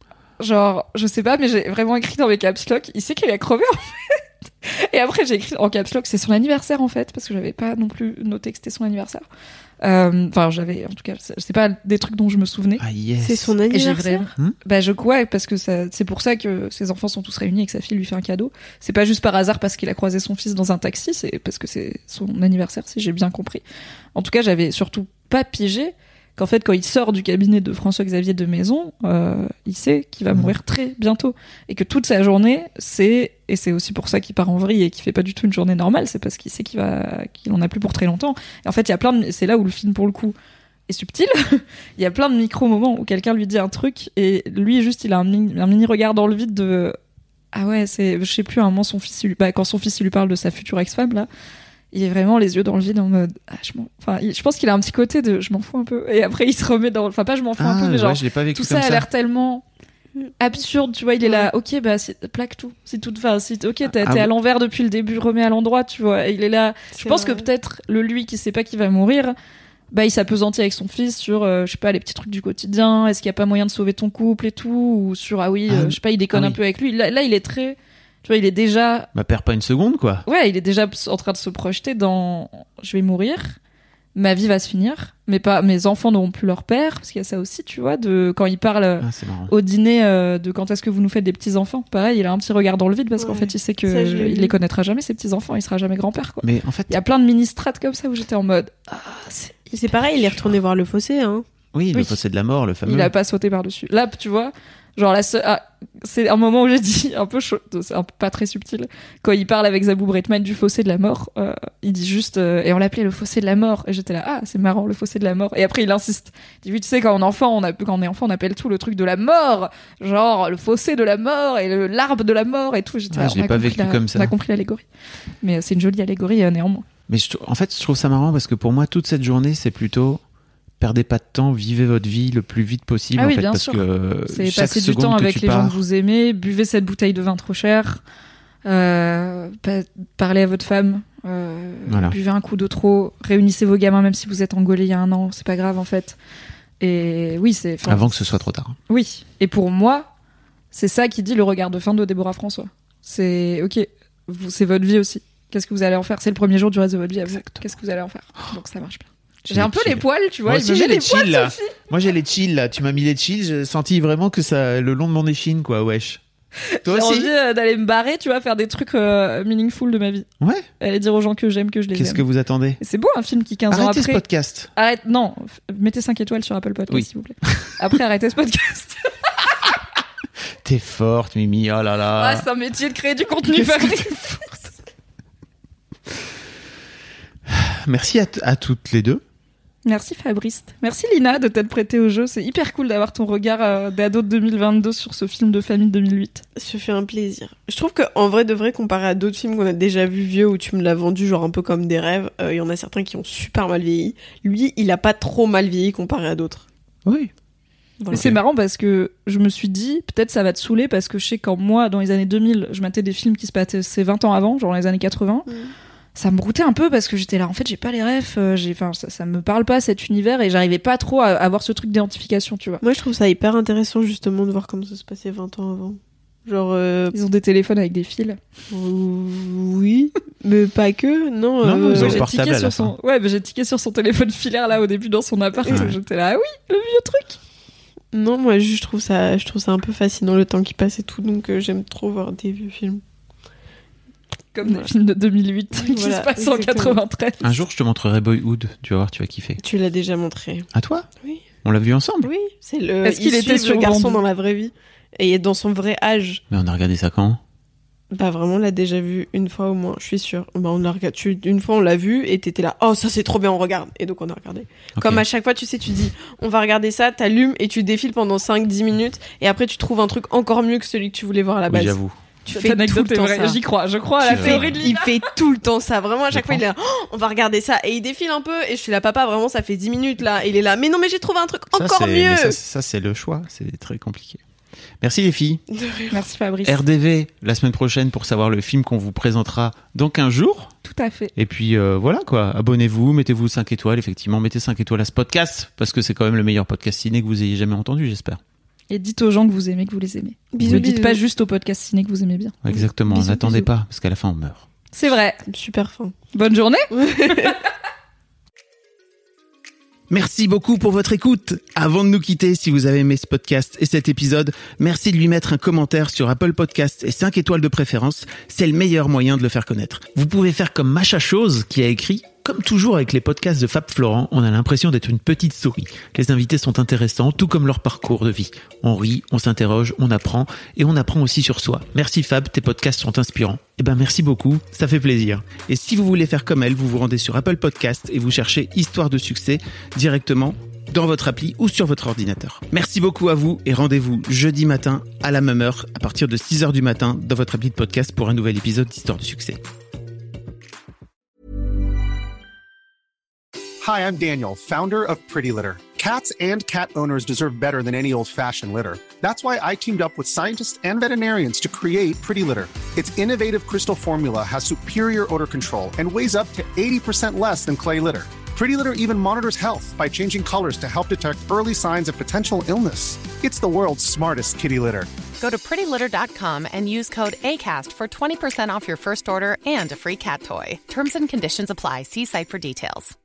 Speaker 3: Genre, je sais pas, mais j'ai vraiment écrit dans mes caps lock, il sait qu'il va crever, en fait. Et après, j'ai écrit en caps lock, c'est son anniversaire, en fait, parce que j'avais pas non plus noté que c'était son anniversaire. Euh, Enfin, j'avais, en tout cas, c'est c'est pas des trucs dont je me souvenais.
Speaker 2: Ah yes.
Speaker 4: C'est son
Speaker 3: Et j'ai
Speaker 4: anniversaire.
Speaker 3: vraiment...
Speaker 2: Hmm
Speaker 3: Bah, je crois, parce que ça, c'est pour ça que ses enfants sont tous réunis et que sa fille lui fait un cadeau. C'est pas juste par hasard parce qu'il a croisé son fils dans un taxi, c'est parce que c'est son anniversaire, si j'ai bien compris. En tout cas, j'avais surtout pas pigé qu'en fait, quand il sort du cabinet de François-Xavier de Maison, euh, il sait qu'il va
Speaker 2: Mmh.
Speaker 3: mourir très bientôt. Et que toute sa journée, c'est, et c'est aussi pour ça qu'il part en vrille et qu'il fait pas du tout une journée normale, c'est parce qu'il sait qu'il va, qu'il en a plus pour très longtemps. Et en fait, il y a plein de, c'est là où le film, pour le coup, est subtil. Il y a plein de micro-moments où quelqu'un lui dit un truc et lui, juste, il a un mini, un mini regard dans le vide de, ah ouais, c'est, je sais plus, à un moment, son fils, il lui, bah, quand son fils, il lui parle de sa future ex-femme, là, il est vraiment les yeux dans le vide en mode ah, je m'en enfin il- je pense qu'il a un petit côté de je m'en fous un peu et après il se remet dans enfin pas je m'en fous
Speaker 2: Ah,
Speaker 3: un peu mais
Speaker 2: ouais,
Speaker 3: genre
Speaker 2: je l'ai pas vécu
Speaker 3: tout ça
Speaker 2: comme
Speaker 3: a
Speaker 2: ça.
Speaker 3: l'air tellement absurde, tu vois, il est là ok bah c'est- plaque tout c'est tout enfin si ok t'es, t'es
Speaker 2: Ah,
Speaker 3: à l'envers depuis le début, remets à l'endroit, tu vois, et il est là je
Speaker 4: C'est
Speaker 3: pense
Speaker 4: vrai.
Speaker 3: que peut-être le lui qui sait pas qu'il va mourir, bah il s'appesantit avec son fils sur euh, je sais pas les petits trucs du quotidien, est-ce qu'il y a pas moyen de sauver ton couple et tout, ou sur ah oui
Speaker 2: Ah,
Speaker 3: euh, je sais pas il déconne
Speaker 2: ah
Speaker 3: un
Speaker 2: oui.
Speaker 3: peu avec lui, là, là il est très tu vois il est déjà
Speaker 2: Bah, perds pas une seconde, quoi.
Speaker 3: ouais, il est déjà en train de se projeter dans je vais mourir, ma vie va se finir, mais pas mes enfants n'auront plus leur père, parce qu'il y a ça aussi, tu vois, de quand il parle
Speaker 2: Ah, c'est marrant.
Speaker 3: au dîner euh, de quand est-ce que vous nous faites des petits enfants. Pareil, il a un petit regard dans le vide parce qu'en
Speaker 4: Ouais.
Speaker 3: fait, il sait que
Speaker 4: Ça, je l'ai
Speaker 3: il
Speaker 4: vu.
Speaker 3: les connaîtra jamais ses petits enfants, il sera jamais grand-père quoi.
Speaker 2: Mais en fait,
Speaker 3: Il y a plein de mini strates comme ça où j'étais en mode ah, c'est...
Speaker 4: Et c'est pareil, il est retourné voir le fossé, hein.
Speaker 2: oui, le
Speaker 3: Oui.
Speaker 2: fossé de la mort, le fameux.
Speaker 3: il a pas sauté par-dessus. Là, tu vois, genre la seule- ah, c'est un moment où j'ai dit un peu chaud, c'est un peu pas très subtil. Quand il parle avec Zabou Bretman du fossé de la mort, euh, il dit juste euh, et on l'appelait le fossé de la mort et j'étais là ah c'est marrant le fossé de la mort, et après il insiste. Il dit oui tu sais quand on est enfant on a quand on est enfant on appelle tout le truc de la mort, genre le fossé de la mort et le- l'arbre de la mort et tout. J'étais
Speaker 2: Ah,
Speaker 3: là,
Speaker 2: je
Speaker 3: on
Speaker 2: l'ai
Speaker 3: a
Speaker 2: pas
Speaker 3: compris
Speaker 2: vécu
Speaker 3: la-
Speaker 2: comme ça.
Speaker 3: On a compris l'allégorie, mais euh, c'est une jolie allégorie euh, néanmoins.
Speaker 2: Mais je, en fait, je trouve ça marrant parce que pour moi, toute cette journée, c'est plutôt perdez pas de temps, vivez votre vie le plus vite possible.
Speaker 3: Ah
Speaker 2: en
Speaker 3: oui,
Speaker 2: fait,
Speaker 3: bien
Speaker 2: parce
Speaker 3: sûr.
Speaker 2: que euh,
Speaker 3: C'est
Speaker 2: chaque
Speaker 3: passer du
Speaker 2: seconde
Speaker 3: temps
Speaker 2: que
Speaker 3: avec
Speaker 2: tu
Speaker 3: les gens
Speaker 2: pars,
Speaker 3: que vous aimez, buvez cette bouteille de vin trop cher, euh, pa- parlez à votre femme, euh,
Speaker 2: Voilà.
Speaker 3: buvez un coup de trop, réunissez vos gamins même si vous êtes engolés il y a un an, c'est pas grave en fait. Et oui, c'est... enfin,
Speaker 2: avant que ce soit trop tard.
Speaker 3: Oui, et pour moi, c'est ça qui dit le regard de fin de Déborah François. C'est, ok, vous, c'est votre vie aussi. Qu'est-ce que vous allez en faire? C'est le premier jour du reste de votre vie à vous.
Speaker 2: Exactement.
Speaker 3: Qu'est-ce que vous allez en faire? Donc ça marche bien.
Speaker 2: J'ai
Speaker 3: J'ai un
Speaker 2: les
Speaker 3: peu les
Speaker 2: chills.
Speaker 3: poils, tu vois.
Speaker 2: Moi
Speaker 3: il
Speaker 2: aussi,
Speaker 3: me
Speaker 2: j'ai
Speaker 3: met
Speaker 2: les
Speaker 3: poils,
Speaker 2: chills, là.
Speaker 3: Sophie.
Speaker 2: Moi, j'ai les chills, là. Tu m'as mis les chills, j'ai senti vraiment que ça, le long de mon échine, quoi, wesh. Toi
Speaker 3: J'ai
Speaker 2: aussi?
Speaker 3: envie euh, d'aller me barrer, tu vois, faire des trucs euh, meaningful de ma vie.
Speaker 2: Ouais.
Speaker 3: Aller dire aux gens que j'aime, que je les
Speaker 2: Qu'est-ce
Speaker 3: aime.
Speaker 2: que vous attendez?
Speaker 3: Et c'est beau un film qui quinze ans
Speaker 2: Arrêtez ce
Speaker 3: après.
Speaker 2: podcast.
Speaker 3: Arrête, non, f- mettez cinq étoiles sur Apple Podcast
Speaker 2: Oui.
Speaker 3: s'il vous plaît. Après arrêtez ce podcast.
Speaker 2: T'es forte, Mimi. Oh là là.
Speaker 3: Ah, c'est un métier de créer du contenu,
Speaker 2: Qu'est-ce que
Speaker 3: Fabrice.
Speaker 2: Merci à, t- à toutes les deux.
Speaker 3: Merci Fabrice. Merci Lina de t'être prêtée au jeu. C'est hyper cool d'avoir ton regard euh, d'ado de deux mille vingt-deux sur ce film de famille de deux mille huit.
Speaker 4: Ça fait un plaisir. Je trouve qu'en vrai de vrai, comparé à d'autres films qu'on a déjà vus vieux où tu me l'as vendu genre un peu comme des rêves, euh, il y en a certains qui ont super mal vieilli. Lui, il a pas trop mal vieilli comparé à d'autres.
Speaker 2: Oui.
Speaker 4: Voilà.
Speaker 3: Mais c'est marrant parce que je me suis dit, peut-être ça va te saouler parce que je sais quand moi, dans les années deux mille, je matais des films qui se passaient vingt ans avant, genre dans les années quatre-vingts.
Speaker 4: Mm.
Speaker 3: Ça me broutait un peu parce que j'étais là, en fait, j'ai pas les refs, euh, j'ai, enfin, ça, ça me parle pas cet univers et j'arrivais pas trop à avoir ce truc d'identification, tu vois.
Speaker 4: Moi, je trouve ça hyper intéressant justement de voir comment ça se passait vingt ans avant. Genre, euh,
Speaker 3: Ils ont des téléphones avec des fils.
Speaker 4: euh, oui, mais pas que, non.
Speaker 2: Non, non,
Speaker 4: euh,
Speaker 2: ils ont
Speaker 3: Moi,
Speaker 2: le
Speaker 3: j'ai
Speaker 2: portable
Speaker 3: tiqué
Speaker 2: à la
Speaker 3: sur son, ouais, mais j'ai tiqué sur son téléphone filaire là au début dans son appart.
Speaker 2: Ouais.
Speaker 3: Et j'étais là, ah oui, le vieux truc.
Speaker 4: Non, moi, juste, je trouve ça, je trouve ça un peu fascinant le temps qui passe et tout, donc euh, j'aime trop voir des vieux films.
Speaker 3: Comme
Speaker 4: Voilà.
Speaker 3: des films de deux mille huit qui
Speaker 4: Voilà,
Speaker 3: se passent en
Speaker 4: exactement.
Speaker 3: quatre-vingt-treize.
Speaker 2: Un jour, je te montrerai Boyhood. Tu vas voir, tu vas kiffer.
Speaker 4: Tu l'as déjà montré.
Speaker 2: À toi?
Speaker 4: Oui.
Speaker 2: On l'a vu ensemble?
Speaker 4: Oui, c'est le.
Speaker 3: Est-ce qu'il
Speaker 4: ils
Speaker 3: était
Speaker 4: suivent
Speaker 3: sur
Speaker 4: le garçon
Speaker 3: Vendu
Speaker 4: dans la vraie vie et dans son vrai âge?
Speaker 2: Mais on a regardé ça quand?
Speaker 4: Bah vraiment, on l'a déjà vu une fois au moins, je suis sûre. Bah on l'a regardé. tu- Une fois, on l'a vu et t'étais là. Oh, ça c'est trop bien, on regarde. Et donc on a regardé.
Speaker 2: Ok.
Speaker 4: Comme à chaque fois, tu sais, tu dis, on va regarder ça, t'allumes et tu défiles pendant cinq dix minutes et après tu trouves un truc encore mieux que celui que tu voulais voir à la
Speaker 2: Oui,
Speaker 4: base.
Speaker 2: j'avoue.
Speaker 4: Tu
Speaker 3: Cette
Speaker 4: fais tout
Speaker 3: anecdote
Speaker 4: le
Speaker 3: est
Speaker 4: temps
Speaker 3: vraie.
Speaker 4: ça.
Speaker 3: J'y crois, je crois à la
Speaker 2: Tu
Speaker 3: théorie de
Speaker 4: Il
Speaker 3: Lina.
Speaker 4: fait tout le temps ça. Vraiment, à chaque
Speaker 2: Je
Speaker 4: fois, il est là, oh, on va regarder ça. Et il défile un peu. Et je suis là, papa, vraiment, ça fait dix minutes là. Et il est là, mais non, mais j'ai trouvé un truc
Speaker 2: Ça,
Speaker 4: encore
Speaker 2: c'est-
Speaker 4: mieux.
Speaker 2: mais Ça, ça, c'est le choix. C'est très compliqué. Merci les filles.
Speaker 3: Merci Fabrice.
Speaker 2: R D V la semaine prochaine pour savoir le film qu'on vous présentera dans quinze jours.
Speaker 3: Tout à fait.
Speaker 2: Et puis euh, voilà quoi, abonnez-vous, mettez-vous cinq étoiles, effectivement, mettez cinq étoiles à ce podcast, parce que c'est quand même le meilleur podcast ciné que vous ayez jamais entendu, j'espère.
Speaker 3: Et dites aux gens que vous aimez, que vous les aimez.
Speaker 4: Bisous,
Speaker 3: ne dites
Speaker 4: bisous.
Speaker 3: pas juste au podcast ciné que vous aimez bien.
Speaker 2: Exactement,
Speaker 3: Bisous,
Speaker 2: n'attendez
Speaker 3: bisous.
Speaker 2: pas, parce qu'à la fin on meurt.
Speaker 3: C'est vrai.
Speaker 4: Super fin.
Speaker 3: Bonne journée.
Speaker 2: Merci beaucoup pour votre écoute. Avant de nous quitter, si vous avez aimé ce podcast et cet épisode, merci de lui mettre un commentaire sur Apple Podcasts et cinq étoiles de préférence. C'est le meilleur moyen de le faire connaître. Vous pouvez faire comme Macha Chose qui a écrit: comme toujours avec les podcasts de Fab Florent, on a l'impression d'être une petite souris. Les invités sont intéressants, tout comme leur parcours de vie. On rit, on s'interroge, on apprend, et on apprend aussi sur soi. Merci Fab, tes podcasts sont inspirants. Eh ben merci beaucoup, ça fait plaisir. Et si vous voulez faire comme elle, vous vous rendez sur Apple Podcasts et vous cherchez Histoire de succès directement dans votre appli ou sur votre ordinateur. Merci beaucoup à vous et rendez-vous jeudi matin à la même heure, à partir de six heures du matin, dans votre appli de podcast pour un nouvel épisode d'Histoire de succès.
Speaker 6: Hi, I'm Daniel, founder of Pretty Litter. Cats and cat owners deserve better than any old-fashioned litter. That's why I teamed up with scientists and veterinarians to create Pretty Litter. Its innovative crystal formula has superior odor control and weighs up to eighty percent less than clay litter. Pretty Litter even monitors health by changing colors to help detect early signs of potential illness. It's the world's smartest kitty litter.
Speaker 7: Go to pretty litter dot com and use code ACAST for twenty percent off your first order and a free cat toy. Terms and conditions apply. See site for details.